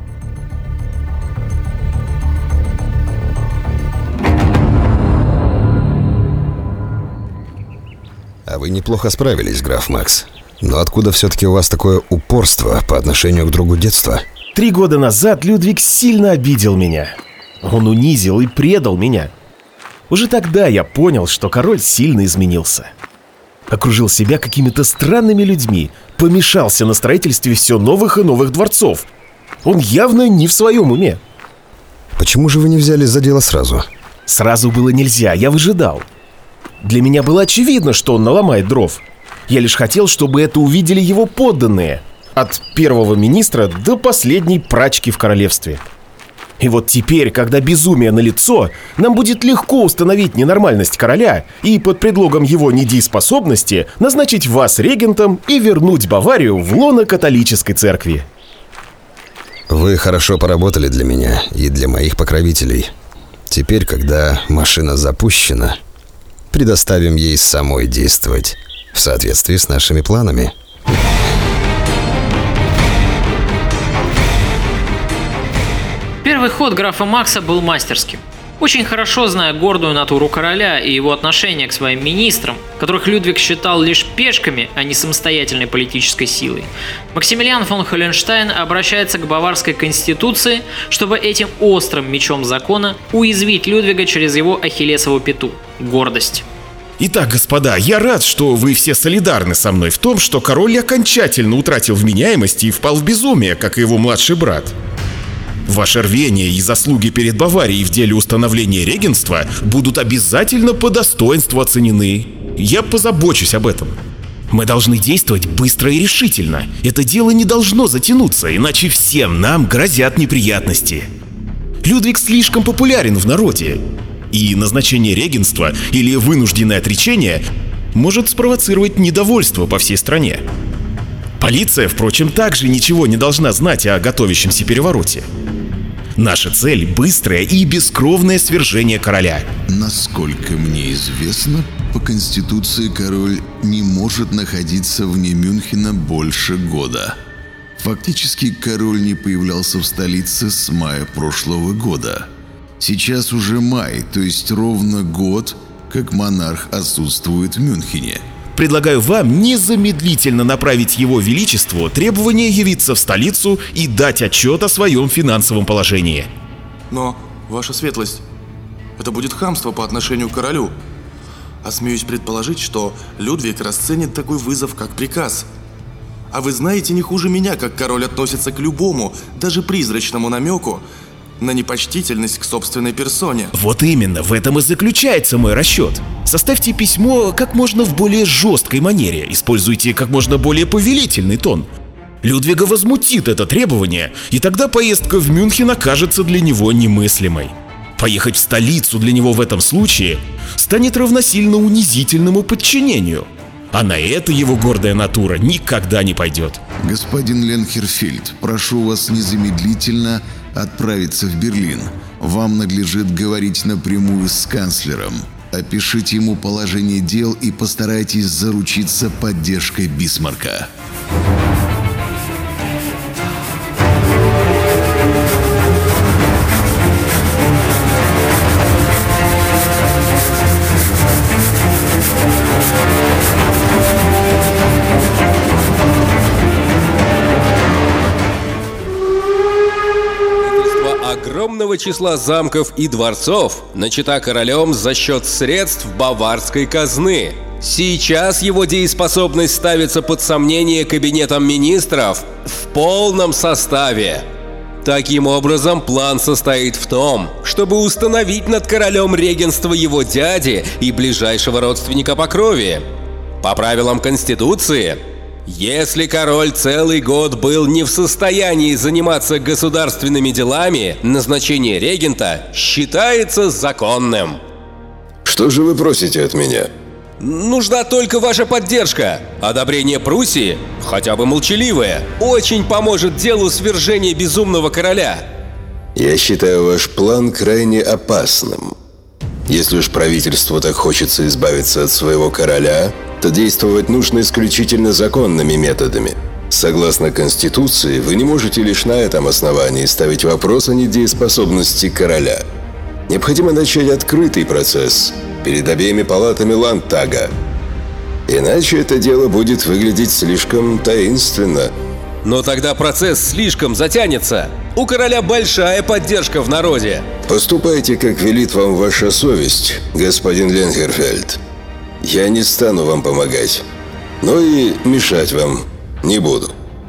А вы неплохо справились, граф Макс. Но откуда все-таки у вас такое упорство по отношению к другу детства? 3 года назад Людвиг сильно обидел меня. Он унизил и предал меня. Уже тогда я понял, что король сильно изменился. Окружил себя какими-то странными людьми, помешался на строительстве все новых и новых дворцов. Он явно не в своем уме. Почему же вы не взялись за дело сразу? Сразу было нельзя, я выжидал. Для меня было очевидно, что он наломает дров. Я лишь хотел, чтобы это увидели его подданные. От первого министра до последней прачки в королевстве. И вот теперь, когда безумие налицо, нам будет легко установить ненормальность короля и под предлогом его недееспособности назначить вас регентом и вернуть Баварию в лоно католической церкви. Вы хорошо поработали для меня и для моих покровителей. Теперь, когда машина запущена, предоставим ей самой действовать в соответствии с нашими планами. Первый ход графа Макса был мастерским. Очень хорошо зная гордую натуру короля и его отношение к своим министрам, которых Людвиг считал лишь пешками, а не самостоятельной политической силой, Максимилиан фон Холенштайн обращается к Баварской конституции, чтобы этим острым мечом закона уязвить Людвига через его ахиллесову пяту – гордость. Итак, господа, я рад, что вы все солидарны со мной в том, что король окончательно утратил вменяемость и впал в безумие, как и его младший брат. Ваше рвение и заслуги перед Баварией в деле установления регенства будут обязательно по достоинству оценены. Я позабочусь об этом. Мы должны действовать быстро и решительно. Это дело не должно затянуться, иначе всем нам грозят неприятности. Людвиг слишком популярен в народе, и назначение регенства или вынужденное отречение может спровоцировать недовольство по всей стране. Полиция, впрочем, также ничего не должна знать о готовящемся перевороте. Наша цель – быстрое и бескровное свержение короля. Насколько мне известно, по Конституции король не может находиться вне Мюнхена больше года. Фактически король не появлялся в столице с мая прошлого года. Сейчас уже май, то есть ровно год, как монарх отсутствует в Мюнхене. Предлагаю вам незамедлительно направить его величеству требование явиться в столицу и дать отчет о своем финансовом положении. Но, ваша светлость, это будет хамство по отношению к королю. Осмеюсь предположить, что Людвиг расценит такой вызов как приказ. А вы знаете не хуже меня, как король относится к любому, даже призрачному намеку на непочтительность к собственной персоне. Вот именно, в этом и заключается мой расчет. Составьте письмо как можно в более жесткой манере, используйте как можно более повелительный тон. Людвига возмутит это требование, и тогда поездка в Мюнхен окажется для него немыслимой. Поехать в столицу для него в этом случае станет равносильно унизительному подчинению. А на это его гордая натура никогда не пойдет. Господин Ленхерфельд, прошу вас незамедлительно отправиться в Берлин. Вам надлежит говорить напрямую с канцлером. Опишите ему положение дел и постарайтесь заручиться поддержкой Бисмарка. Огромного числа замков и дворцов начата королем за счет средств баварской казны. Сейчас его дееспособность ставится под сомнение кабинетом министров в полном составе. Таким образом, план состоит в том, чтобы установить над королем регенство его дяди и ближайшего родственника по крови. По правилам Конституции, если король целый год был не в состоянии заниматься государственными делами, назначение регента считается законным. Что же вы просите от меня? Нужна только ваша поддержка. Одобрение Пруссии, хотя бы молчаливое, очень поможет делу свержения безумного короля. Я считаю ваш план крайне опасным. Если уж правительству так хочется избавиться от своего короля, то действовать нужно исключительно законными методами. Согласно Конституции, вы не можете лишь на этом основании ставить вопрос о недееспособности короля. Необходимо начать открытый процесс перед обеими палатами Ландтага. Иначе это дело будет выглядеть слишком таинственно. Но тогда процесс слишком затянется. У короля большая поддержка в народе. Поступайте, как велит вам ваша совесть, господин Ленгерфельд. Я не стану вам помогать, но и мешать вам не буду.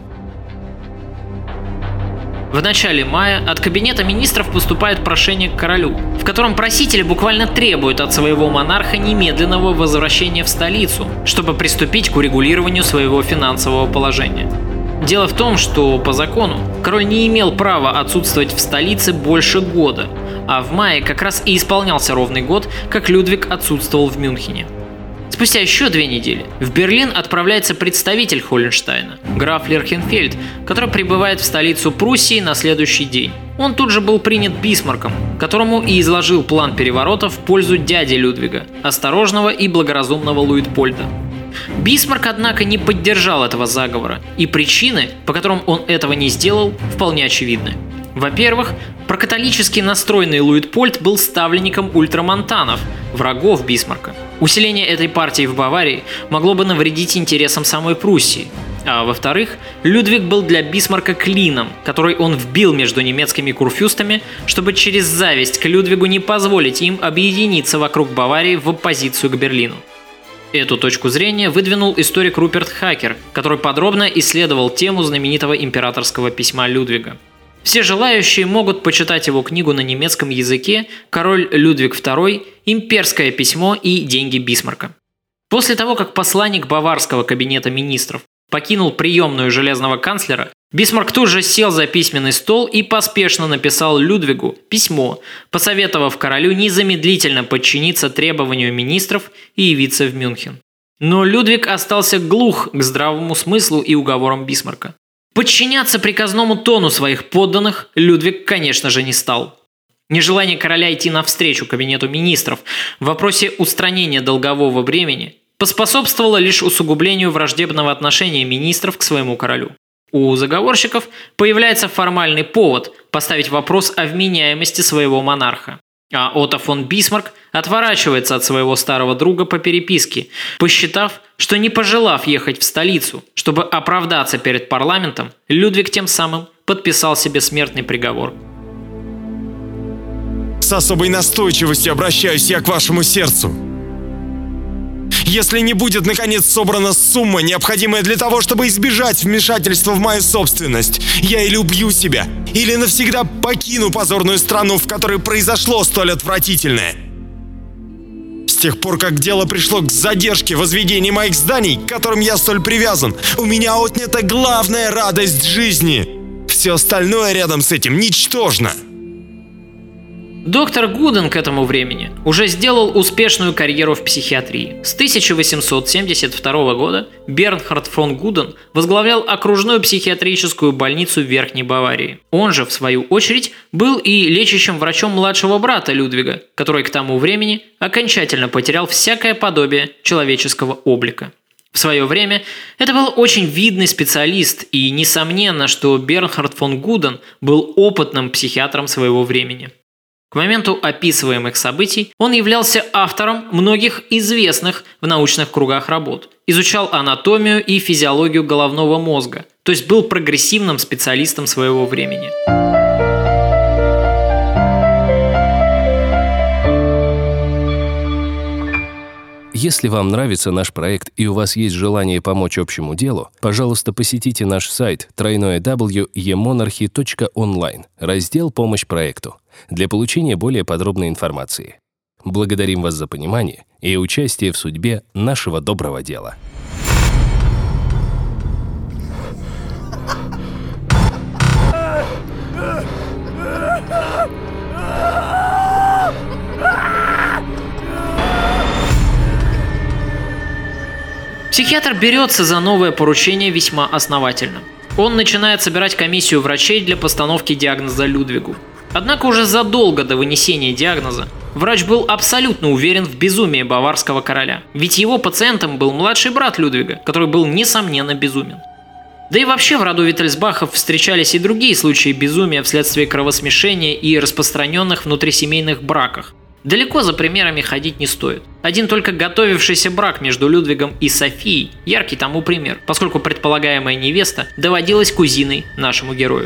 В начале мая от Кабинета министров поступает прошение к королю, в котором просители буквально требуют от своего монарха немедленного возвращения в столицу, чтобы приступить к урегулированию своего финансового положения. Дело в том, что по закону король не имел права отсутствовать в столице больше года, а в мае как раз и исполнялся ровный год, как Людвиг отсутствовал в Мюнхене. Спустя еще 2 недели в Берлин отправляется представитель Холенштайна, граф Лерхенфельд, который прибывает в столицу Пруссии на следующий день. Он тут же был принят Бисмарком, которому и изложил план переворота в пользу дяди Людвига, осторожного и благоразумного Луитпольда. Бисмарк, однако, не поддержал этого заговора, и причины, по которым он этого не сделал, вполне очевидны. Во-первых, прокатолически настроенный Луитпольд был ставленником ультрамонтанов, врагов Бисмарка. Усиление этой партии в Баварии могло бы навредить интересам самой Пруссии. А во-вторых, Людвиг был для Бисмарка клином, который он вбил между немецкими курфюрстами, чтобы через зависть к Людвигу не позволить им объединиться вокруг Баварии в оппозицию к Берлину. Эту точку зрения выдвинул историк Руперт Хакер, который подробно исследовал тему знаменитого императорского письма Людвига. Все желающие могут почитать его книгу на немецком языке «Король Людвиг II. Имперское письмо и деньги Бисмарка». После того, как посланник Баварского кабинета министров покинул приемную железного канцлера, Бисмарк тут же сел за письменный стол и поспешно написал Людвигу письмо, посоветовав королю незамедлительно подчиниться требованию министров и явиться в Мюнхен. Но Людвиг остался глух к здравому смыслу и уговорам Бисмарка. Подчиняться приказному тону своих подданных Людвиг, конечно же, не стал. Нежелание короля идти навстречу кабинету министров в вопросе устранения долгового бремени поспособствовало лишь усугублению враждебного отношения министров к своему королю. У заговорщиков появляется формальный повод поставить вопрос о вменяемости своего монарха. А Отто фон Бисмарк отворачивается от своего старого друга по переписке, посчитав, что не пожелав ехать в столицу, чтобы оправдаться перед парламентом, Людвиг тем самым подписал себе смертный приговор. С особой настойчивостью обращаюсь я к вашему сердцу. Если не будет, наконец, собрана сумма, необходимая для того, чтобы избежать вмешательства в мою собственность, я или убью себя, или навсегда покину позорную страну, в которой произошло столь отвратительное. С тех пор, как дело пришло к задержке возведения моих зданий, к которым я столь привязан, у меня отнята главная радость жизни. Все остальное рядом с этим ничтожно. Доктор Гуден к этому времени уже сделал успешную карьеру в психиатрии. С 1872 года Бернхард фон Гуден возглавлял окружную психиатрическую больницу Верхней Баварии. Он же, в свою очередь, был и лечащим врачом младшего брата Людвига, который к тому времени окончательно потерял всякое подобие человеческого облика. В свое время это был очень видный специалист, и несомненно, что Бернхард фон Гуден был опытным психиатром своего времени. К моменту описываемых событий он являлся автором многих известных в научных кругах работ, изучал анатомию и физиологию головного мозга, то есть был прогрессивным специалистом своего времени. Если вам нравится наш проект и у вас есть желание помочь общему делу, пожалуйста, посетите наш сайт www.emonarchy.online, раздел «Помощь проекту» для получения более подробной информации. Благодарим вас за понимание и участие в судьбе нашего доброго дела. Психиатр берется за новое поручение весьма основательно. Он начинает собирать комиссию врачей для постановки диагноза Людвигу. Однако уже задолго до вынесения диагноза врач был абсолютно уверен в безумии баварского короля. Ведь его пациентом был младший брат Людвига, который был несомненно безумен. Да и вообще в роду Виттельсбахов встречались и другие случаи безумия вследствие кровосмешения и распространенных внутрисемейных браках. Далеко за примерами ходить не стоит. Один только готовившийся брак между Людвигом и Софией – яркий тому пример, поскольку предполагаемая невеста доводилась кузиной нашему герою.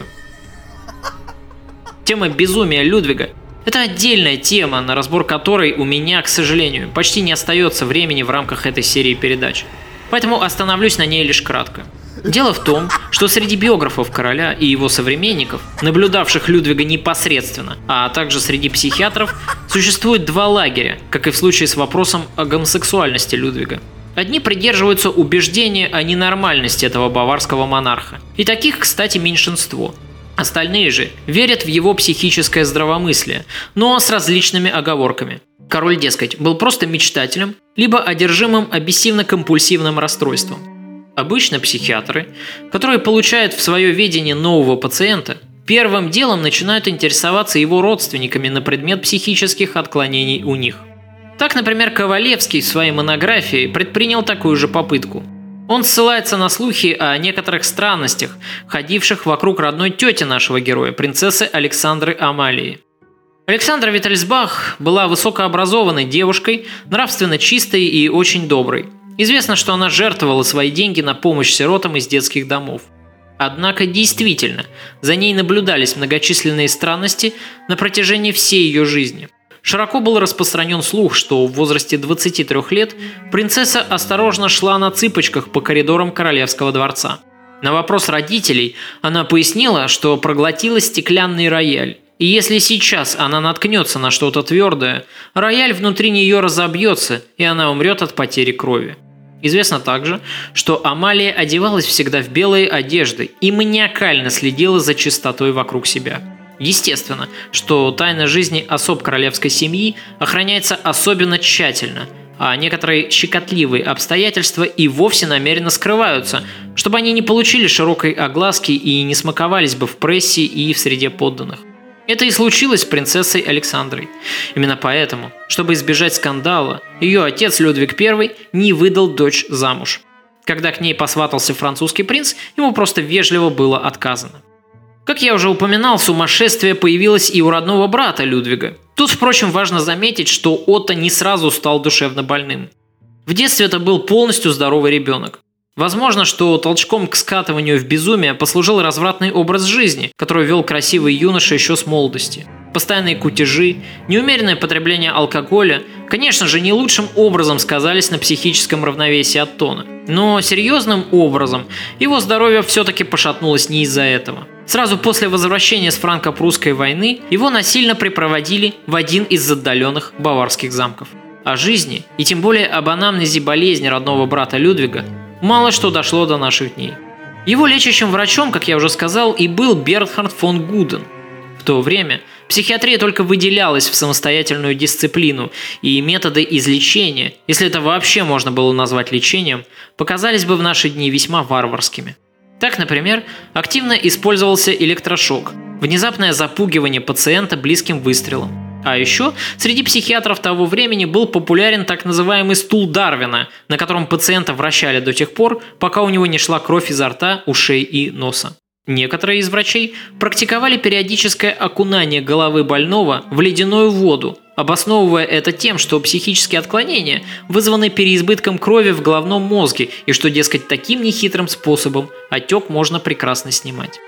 Тема безумия Людвига – это отдельная тема, на разбор которой у меня, к сожалению, почти не остается времени в рамках этой серии передач. Поэтому остановлюсь на ней лишь кратко. Дело в том, что среди биографов короля и его современников, наблюдавших Людвига непосредственно, а также среди психиатров, существует два лагеря, как и в случае с вопросом о гомосексуальности Людвига. Одни придерживаются убеждения о ненормальности этого баварского монарха. И таких, кстати, меньшинство. Остальные же верят в его психическое здравомыслие, но с различными оговорками. Король, дескать, был просто мечтателем, либо одержимым обессивно-компульсивным расстройством. Обычно психиатры, которые получают в свое ведение нового пациента, первым делом начинают интересоваться его родственниками на предмет психических отклонений у них. Так, например, Ковалевский в своей монографии предпринял такую же попытку. Он ссылается на слухи о некоторых странностях, ходивших вокруг родной тети нашего героя, принцессы Александры Амалии. Александра Виттельсбах была высокообразованной девушкой, нравственно чистой и очень доброй. Известно, что она жертвовала свои деньги на помощь сиротам из детских домов. Однако действительно, за ней наблюдались многочисленные странности на протяжении всей ее жизни. Широко был распространен слух, что в возрасте 23 лет принцесса осторожно шла на цыпочках по коридорам королевского дворца. На вопрос родителей она пояснила, что проглотила стеклянный рояль. И если сейчас она наткнется на что-то твердое, рояль внутри нее разобьется, и она умрет от потери крови. Известно также, что Амалия одевалась всегда в белые одежды и маниакально следила за чистотой вокруг себя. Естественно, что тайна жизни особ королевской семьи охраняется особенно тщательно, а некоторые щекотливые обстоятельства и вовсе намеренно скрываются, чтобы они не получили широкой огласки и не смаковались бы в прессе и в среде подданных. Это и случилось с принцессой Александрой. Именно поэтому, чтобы избежать скандала, ее отец Людвиг I не выдал дочь замуж. Когда к ней посватался французский принц, ему просто вежливо было отказано. Как я уже упоминал, сумасшествие появилось и у родного брата Людвига. Тут, впрочем, важно заметить, что Отто не сразу стал душевно больным. В детстве это был полностью здоровый ребенок. Возможно, что толчком к скатыванию в безумие послужил развратный образ жизни, который вел красивый юноша еще с молодости. Постоянные кутежи, неумеренное потребление алкоголя, конечно же, не лучшим образом сказались на психическом равновесии Оттона. Но серьезным образом его здоровье все-таки пошатнулось не из-за этого. Сразу после возвращения с франко-прусской войны его насильно припроводили в один из отдаленных баварских замков. О жизни, и тем более об анамнезе болезни родного брата Людвига, мало что дошло до наших дней. Его лечащим врачом, как я уже сказал, и был Бертхард фон Гуден. В то время психиатрия только выделялась в самостоятельную дисциплину, и методы излечения, если это вообще можно было назвать лечением, показались бы в наши дни весьма варварскими. Так, например, активно использовался электрошок, внезапное запугивание пациента близким выстрелом. А еще среди психиатров того времени был популярен так называемый стул Дарвина, на котором пациента вращали до тех пор, пока у него не шла кровь изо рта, ушей и носа. Некоторые из врачей практиковали периодическое окунание головы больного в ледяную воду, обосновывая это тем, что психические отклонения вызваны переизбытком крови в головном мозге и что, дескать, таким нехитрым способом отек можно прекрасно снимать.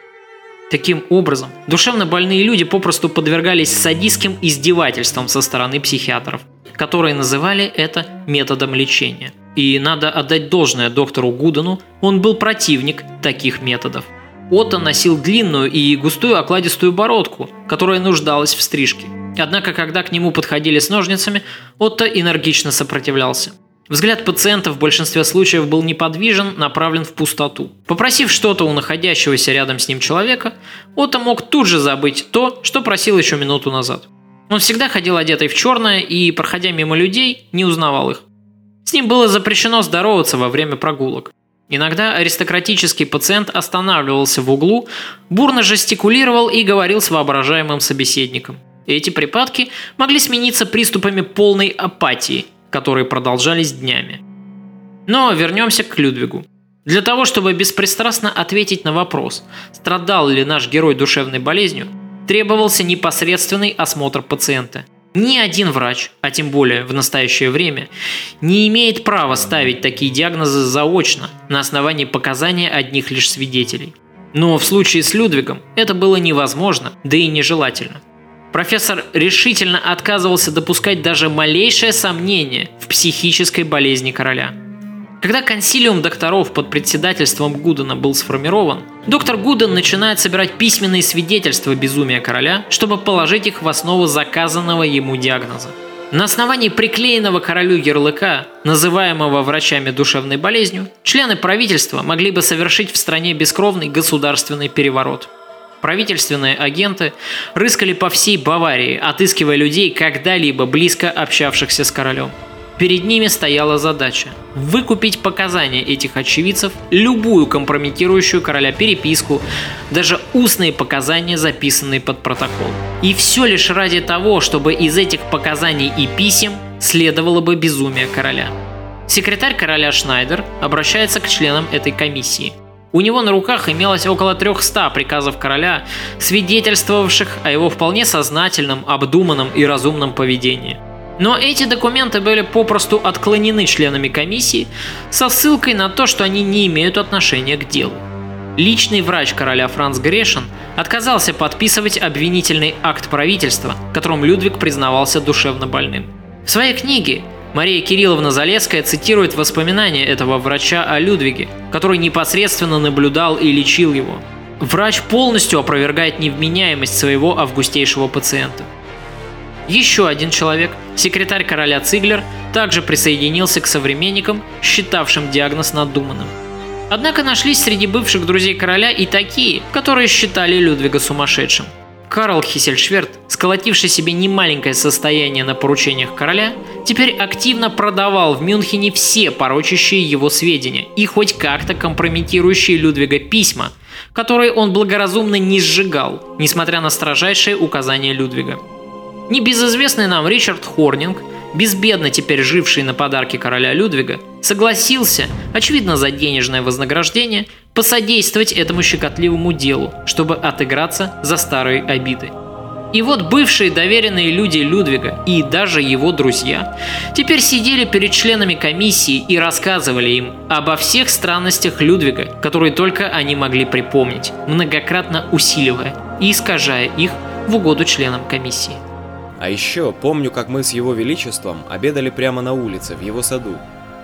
Таким образом, душевно больные люди попросту подвергались садистским издевательствам со стороны психиатров, которые называли это методом лечения. И надо отдать должное доктору Гудену, он был противник таких методов. Отто носил длинную и густую окладистую бородку, которая нуждалась в стрижке. Однако, когда к нему подходили с ножницами, Отто энергично сопротивлялся. Взгляд пациента в большинстве случаев был неподвижен, направлен в пустоту. Попросив что-то у находящегося рядом с ним человека, Отто мог тут же забыть то, что просил еще минуту назад. Он всегда ходил одетый в черное и, проходя мимо людей, не узнавал их. С ним было запрещено здороваться во время прогулок. Иногда аристократический пациент останавливался в углу, бурно жестикулировал и говорил с воображаемым собеседником. Эти припадки могли смениться приступами полной апатии, которые продолжались днями. Но вернемся к Людвигу. Для того, чтобы беспристрастно ответить на вопрос, страдал ли наш герой душевной болезнью, требовался непосредственный осмотр пациента. Ни один врач, а тем более в настоящее время, не имеет права ставить такие диагнозы заочно на основании показаний одних лишь свидетелей. Но в случае с Людвигом это было невозможно, да и нежелательно. Профессор решительно отказывался допускать даже малейшее сомнение в психической болезни короля. Когда консилиум докторов под председательством Гудена был сформирован, доктор Гуден начинает собирать письменные свидетельства безумия короля, чтобы положить их в основу заказанного ему диагноза. На основании приклеенного королю ярлыка, называемого врачами душевной болезнью, члены правительства могли бы совершить в стране бескровный государственный переворот. Правительственные агенты рыскали по всей Баварии, отыскивая людей, когда-либо близко общавшихся с королем. Перед ними стояла задача – выкупить показания этих очевидцев, любую компрометирующую короля переписку, даже устные показания, записанные под протокол. И все лишь ради того, чтобы из этих показаний и писем следовало бы безумие короля. Секретарь короля Шнайдер обращается к членам этой комиссии. У него на руках имелось около 300 приказов короля, свидетельствовавших о его вполне сознательном, обдуманном и разумном поведении. Но эти документы были попросту отклонены членами комиссии со ссылкой на то, что они не имеют отношения к делу. Личный врач короля Франц Грешен отказался подписывать обвинительный акт правительства, которым Людвиг признавался душевно больным. В своей книге Мария Кирилловна Залесская цитирует воспоминания этого врача о Людвиге, который непосредственно наблюдал и лечил его. Врач полностью опровергает невменяемость своего августейшего пациента. Еще один человек, секретарь короля Циглер, также присоединился к современникам, считавшим диагноз надуманным. Однако нашлись среди бывших друзей короля и такие, которые считали Людвига сумасшедшим. Карл Хиссельшверт, сколотивший себе немаленькое состояние на поручениях короля, теперь активно продавал в Мюнхене все порочащие его сведения и хоть как-то компрометирующие Людвига письма, которые он благоразумно не сжигал, несмотря на строжайшие указания Людвига. Небезызвестный нам Ричард Хорнинг, безбедно теперь живший на подарки короля Людвига, согласился, очевидно за денежное вознаграждение, посодействовать этому щекотливому делу, чтобы отыграться за старые обиды. И вот бывшие доверенные люди Людвига и даже его друзья теперь сидели перед членами комиссии и рассказывали им обо всех странностях Людвига, которые только они могли припомнить, многократно усиливая и искажая их в угоду членам комиссии. А еще помню, как мы с его величеством обедали прямо на улице, в его саду.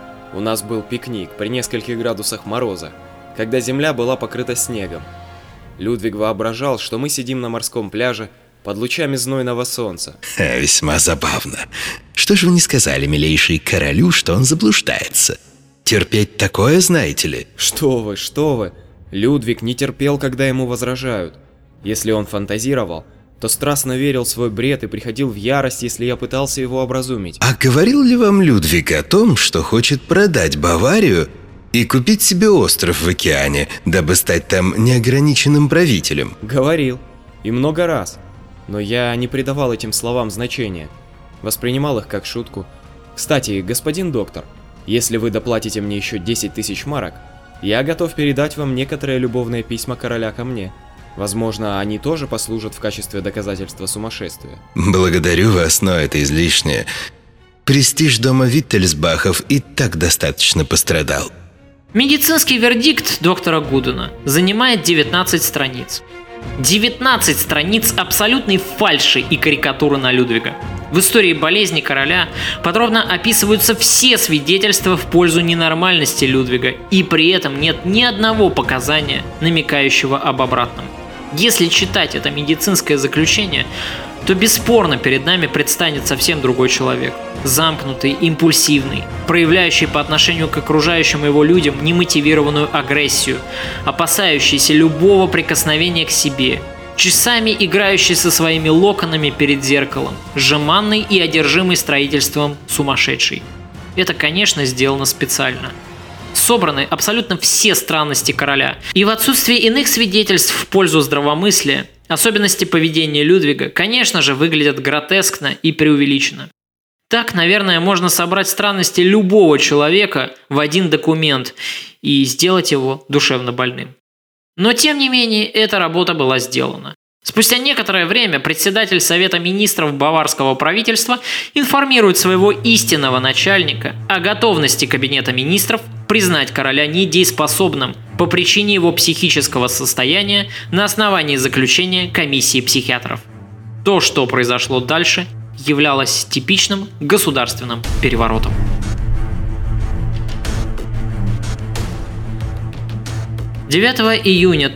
У нас был пикник при нескольких градусах мороза, когда земля была покрыта снегом. Людвиг воображал, что мы сидим на морском пляже под лучами знойного солнца. Весьма забавно. Что же вы не сказали, милейший, королю, что он заблуждается? Терпеть такое, знаете ли? Что вы. Людвиг не терпел, когда ему возражают. Если он фантазировал, то страстно верил в свой бред и приходил в ярость, если я пытался его образумить. А говорил ли вам Людвиг о том, что хочет продать Баварию и купить себе остров в океане, дабы стать там неограниченным правителем? Говорил. И много раз. Но я не придавал этим словам значения. Воспринимал их как шутку. Кстати, господин доктор, если вы доплатите мне еще 10 тысяч марок, я готов передать вам некоторые любовные письма короля ко мне. Возможно, они тоже послужат в качестве доказательства сумасшествия. Благодарю вас, но это излишнее. Престиж дома Виттельсбахов и так достаточно пострадал. Медицинский вердикт доктора Гудена занимает 19 страниц. 19 страниц абсолютной фальши и карикатуры на Людвига. В истории болезни короля подробно описываются все свидетельства в пользу ненормальности Людвига, и при этом нет ни одного показания, намекающего об обратном. Если читать это медицинское заключение, то бесспорно перед нами предстанет совсем другой человек. Замкнутый, импульсивный, проявляющий по отношению к окружающим его людям немотивированную агрессию, опасающийся любого прикосновения к себе, часами играющий со своими локонами перед зеркалом, жеманный и одержимый строительством сумасшедший. Это, конечно, сделано специально. Собраны абсолютно все странности короля, и в отсутствии иных свидетельств в пользу здравомыслия, особенности поведения Людвига, конечно же, выглядят гротескно и преувеличенно. Так, наверное, можно собрать странности любого человека в один документ и сделать его душевно больным. Но, тем не менее, эта работа была сделана. Спустя некоторое время председатель Совета министров баварского правительства информирует своего истинного начальника о готовности Кабинета министров признать короля недееспособным по причине его психического состояния на основании заключения комиссии психиатров. То, что произошло дальше, являлось типичным государственным переворотом. «9 июня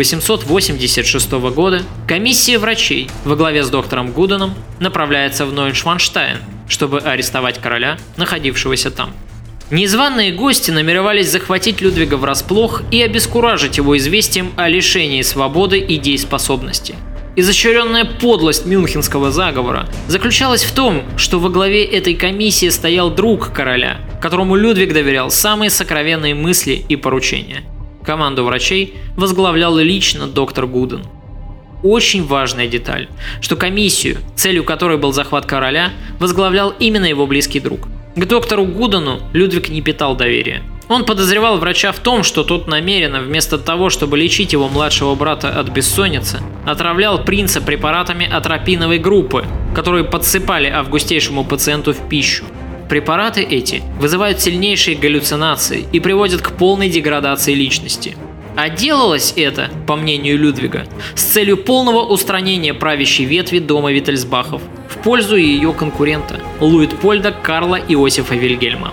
1886 года комиссия врачей во главе с доктором Гуденом направляется в Нойшванштайн, чтобы арестовать короля, находившегося там. Незваные гости намеревались захватить Людвига врасплох и обескуражить его известием о лишении свободы и дееспособности. Изощренная подлость мюнхенского заговора заключалась в том, что во главе этой комиссии стоял друг короля, которому Людвиг доверял самые сокровенные мысли и поручения. Команду врачей возглавлял лично доктор Гуден. Очень важная деталь, что комиссию, целью которой был захват короля, возглавлял именно его близкий друг. К доктору Гудену Людвиг не питал доверия. Он подозревал врача в том, что тот намеренно, вместо того, чтобы лечить его младшего брата от бессонницы, отравлял принца препаратами атропиновой группы, которые подсыпали августейшему пациенту в пищу. Препараты эти вызывают сильнейшие галлюцинации и приводят к полной деградации личности. А делалось это, по мнению Людвига, с целью полного устранения правящей ветви дома Виттельсбахов в пользу ее конкурента Луитпольда Карла Иосифа Вильгельма.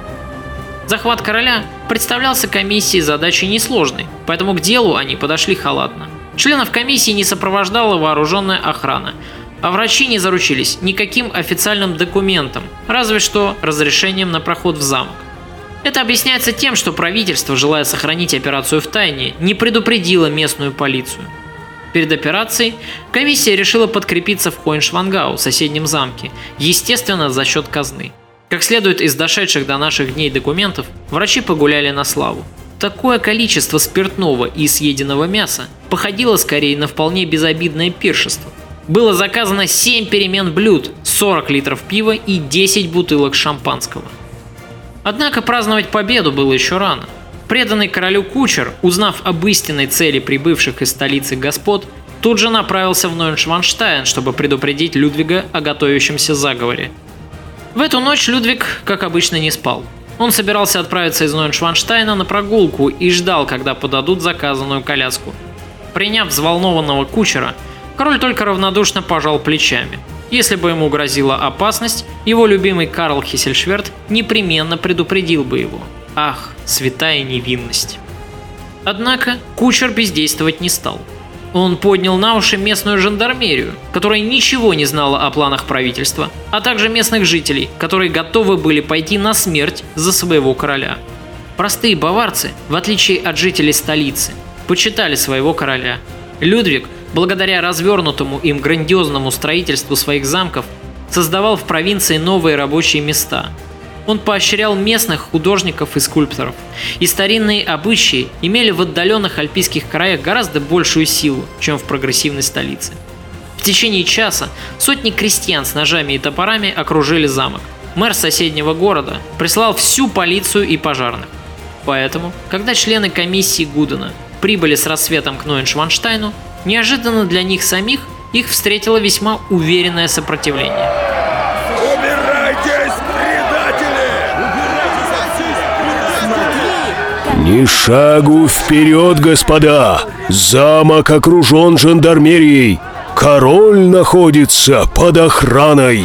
Захват короля представлялся комиссии задачей несложной, поэтому к делу они подошли халатно. Членов комиссии не сопровождала вооруженная охрана, а врачи не заручились никаким официальным документом, разве что разрешением на проход в замок. Это объясняется тем, что правительство, желая сохранить операцию в тайне, не предупредило местную полицию. Перед операцией комиссия решила подкрепиться в Хойншвангау, соседнем замке, естественно, за счет казны. Как следует из дошедших до наших дней документов, врачи погуляли на славу. Такое количество спиртного и съеденного мяса походило скорее на вполне безобидное пиршество. Было заказано 7 перемен блюд, 40 литров пива и 10 бутылок шампанского. Однако праздновать победу было еще рано. Преданный королю кучер, узнав об истинной цели прибывших из столицы господ, тут же направился в Нойшванштайн, чтобы предупредить Людвига о готовящемся заговоре. В эту ночь Людвиг, как обычно, не спал. Он собирался отправиться из Нойшванштайна на прогулку и ждал, когда подадут заказанную коляску. Приняв взволнованного кучера, король только равнодушно пожал плечами. Если бы ему грозила опасность, его любимый Карл Хессельшверт непременно предупредил бы его. Ах, святая невинность. Однако кучер бездействовать не стал. Он поднял на уши местную жандармерию, которая ничего не знала о планах правительства, а также местных жителей, которые готовы были пойти на смерть за своего короля. Простые баварцы, в отличие от жителей столицы, почитали своего короля. Людвиг, благодаря развернутому им грандиозному строительству своих замков, создавал в провинции новые рабочие места. Он поощрял местных художников и скульпторов, и старинные обычаи имели в отдаленных альпийских краях гораздо большую силу, чем в прогрессивной столице. В течение часа сотни крестьян с ножами и топорами окружили замок. Мэр соседнего города прислал всю полицию и пожарных. Поэтому, когда члены комиссии Гудена прибыли с рассветом к Нойшванштайну, неожиданно для них самих их встретило весьма уверенное сопротивление. Убирайтесь, предатели! Ни шагу вперед, господа! Замок окружен жандармерией! Король находится под охраной!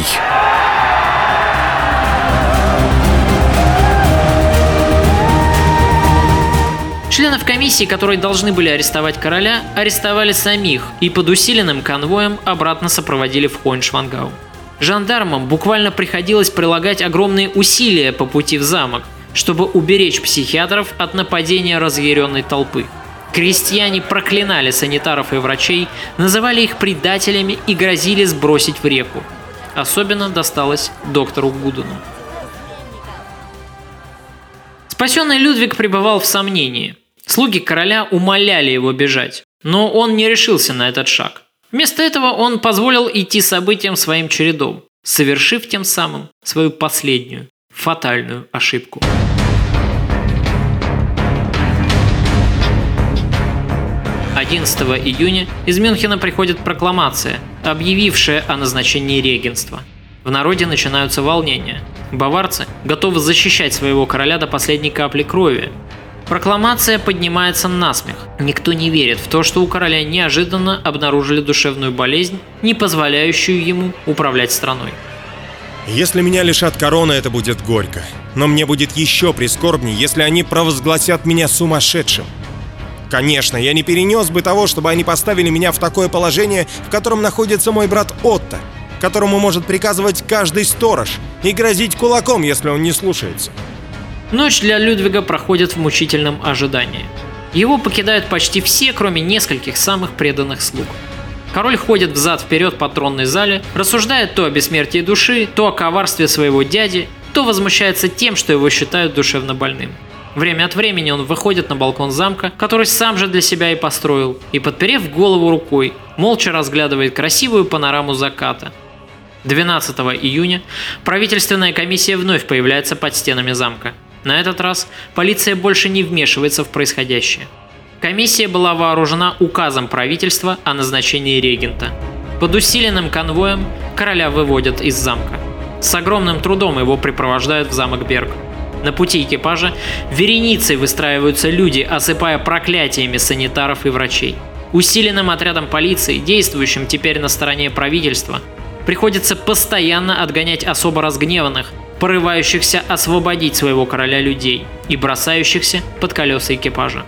Членов комиссии, которые должны были арестовать короля, арестовали самих и под усиленным конвоем обратно сопроводили в Хойншвангау. Жандармам буквально приходилось прилагать огромные усилия по пути в замок, чтобы уберечь психиатров от нападения разъяренной толпы. Крестьяне проклинали санитаров и врачей, называли их предателями и грозили сбросить в реку. Особенно досталось доктору Гудену. Спасенный Людвиг пребывал в сомнении. Слуги короля умоляли его бежать, но он не решился на этот шаг. Вместо этого он позволил идти событиям своим чередом, совершив тем самым свою последнюю, фатальную ошибку. «11 июня из Мюнхена приходит прокламация, объявившая о назначении регенства. В народе начинаются волнения. Баварцы готовы защищать своего короля до последней капли крови. Прокламация поднимается насмех. Никто не верит в то, что у короля неожиданно обнаружили душевную болезнь, не позволяющую ему управлять страной. Если меня лишат короны, это будет горько. Но мне будет еще прискорбнее, если они провозгласят меня сумасшедшим. Конечно, я не перенес бы того, чтобы они поставили меня в такое положение, в котором находится мой брат Отто, которому может приказывать каждый сторож и грозить кулаком, если он не слушается. Ночь для Людвига проходит в мучительном ожидании. Его покидают почти все, кроме нескольких самых преданных слуг. Король ходит взад-вперед по тронной зале, рассуждает то о бессмертии души, то о коварстве своего дяди, то возмущается тем, что его считают душевно больным. Время от времени он выходит на балкон замка, который сам же для себя и построил, и, подперев голову рукой, молча разглядывает красивую панораму заката. 12 июня правительственная комиссия вновь появляется под стенами замка. На этот раз полиция больше не вмешивается в происходящее. Комиссия была вооружена указом правительства о назначении регента. Под усиленным конвоем короля выводят из замка. С огромным трудом его припровождают в замок Берг. На пути экипажа вереницей выстраиваются люди, осыпая проклятиями санитаров и врачей. Усиленным отрядом полиции, действующим теперь на стороне правительства, приходится постоянно отгонять особо разгневанных, порывающихся освободить своего короля людей и бросающихся под колеса экипажа.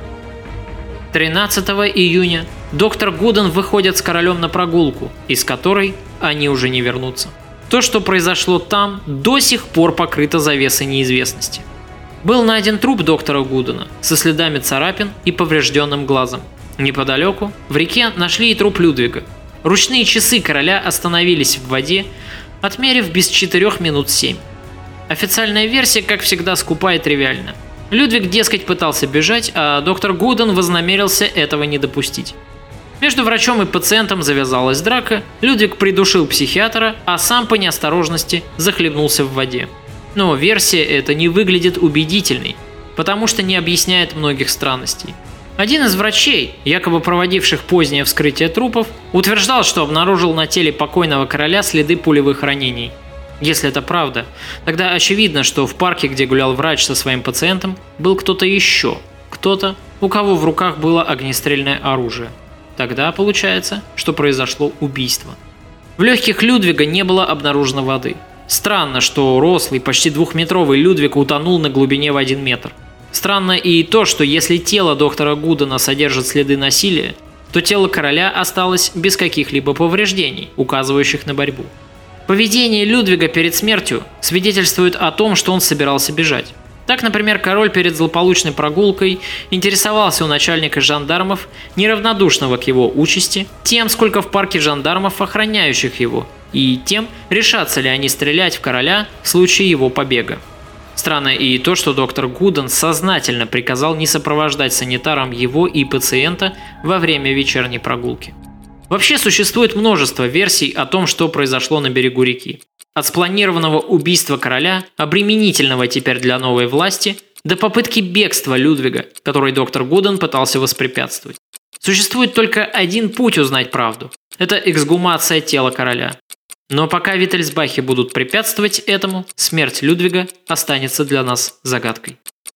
13 июня доктор Гуден выходит с королем на прогулку, из которой они уже не вернутся. То, что произошло там, до сих пор покрыто завесой неизвестности. Был найден труп доктора Гудена со следами царапин и поврежденным глазом. Неподалеку, в реке, нашли и труп Людвига. Ручные часы короля остановились в воде, отмерив без 4 минут 7. Официальная версия, как всегда, скупа и тривиальна. Людвиг, дескать, пытался бежать, а доктор Гуден вознамерился этого не допустить. Между врачом и пациентом завязалась драка, Людвиг придушил психиатра, а сам по неосторожности захлебнулся в воде. Но версия эта не выглядит убедительной, потому что не объясняет многих странностей. Один из врачей, якобы проводивших позднее вскрытие трупов, утверждал, что обнаружил на теле покойного короля следы пулевых ранений. Если это правда, тогда очевидно, что в парке, где гулял врач со своим пациентом, был кто-то еще, кто-то, у кого в руках было огнестрельное оружие. Тогда получается, что произошло убийство. В легких Людвига не было обнаружено воды. Странно, что рослый, почти 2-метровый Людвиг утонул на глубине в 1 метр. Странно и то, что если тело доктора Гудена содержит следы насилия, то тело короля осталось без каких-либо повреждений, указывающих на борьбу. Поведение Людвига перед смертью свидетельствует о том, что он собирался бежать. Так, например, король перед злополучной прогулкой интересовался у начальника жандармов, неравнодушного к его участи, тем, сколько в парке жандармов, охраняющих его, и тем, решатся ли они стрелять в короля в случае его побега. Странно и то, что доктор Гуден сознательно приказал не сопровождать санитарам его и пациента во время вечерней прогулки. Вообще существует множество версий о том, что произошло на берегу реки. От спланированного убийства короля, обременительного теперь для новой власти, до попытки бегства Людвига, которой доктор Гуден пытался воспрепятствовать. Существует только один путь узнать правду – это эксгумация тела короля. Но пока Виттельсбахи будут препятствовать этому, смерть Людвига останется для нас загадкой.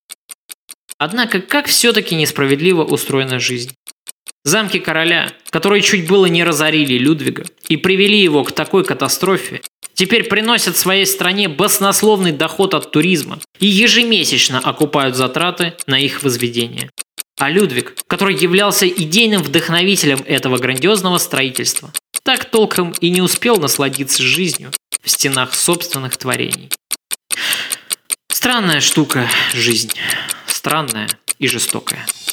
Однако, как все-таки несправедливо устроена жизнь. Замки короля, которые чуть было не разорили Людвига и привели его к такой катастрофе, теперь приносят своей стране баснословный доход от туризма и ежемесячно окупают затраты на их возведение. А Людвиг, который являлся идейным вдохновителем этого грандиозного строительства, так толком и не успел насладиться жизнью в стенах собственных творений. Странная штука жизнь, странная и жестокая.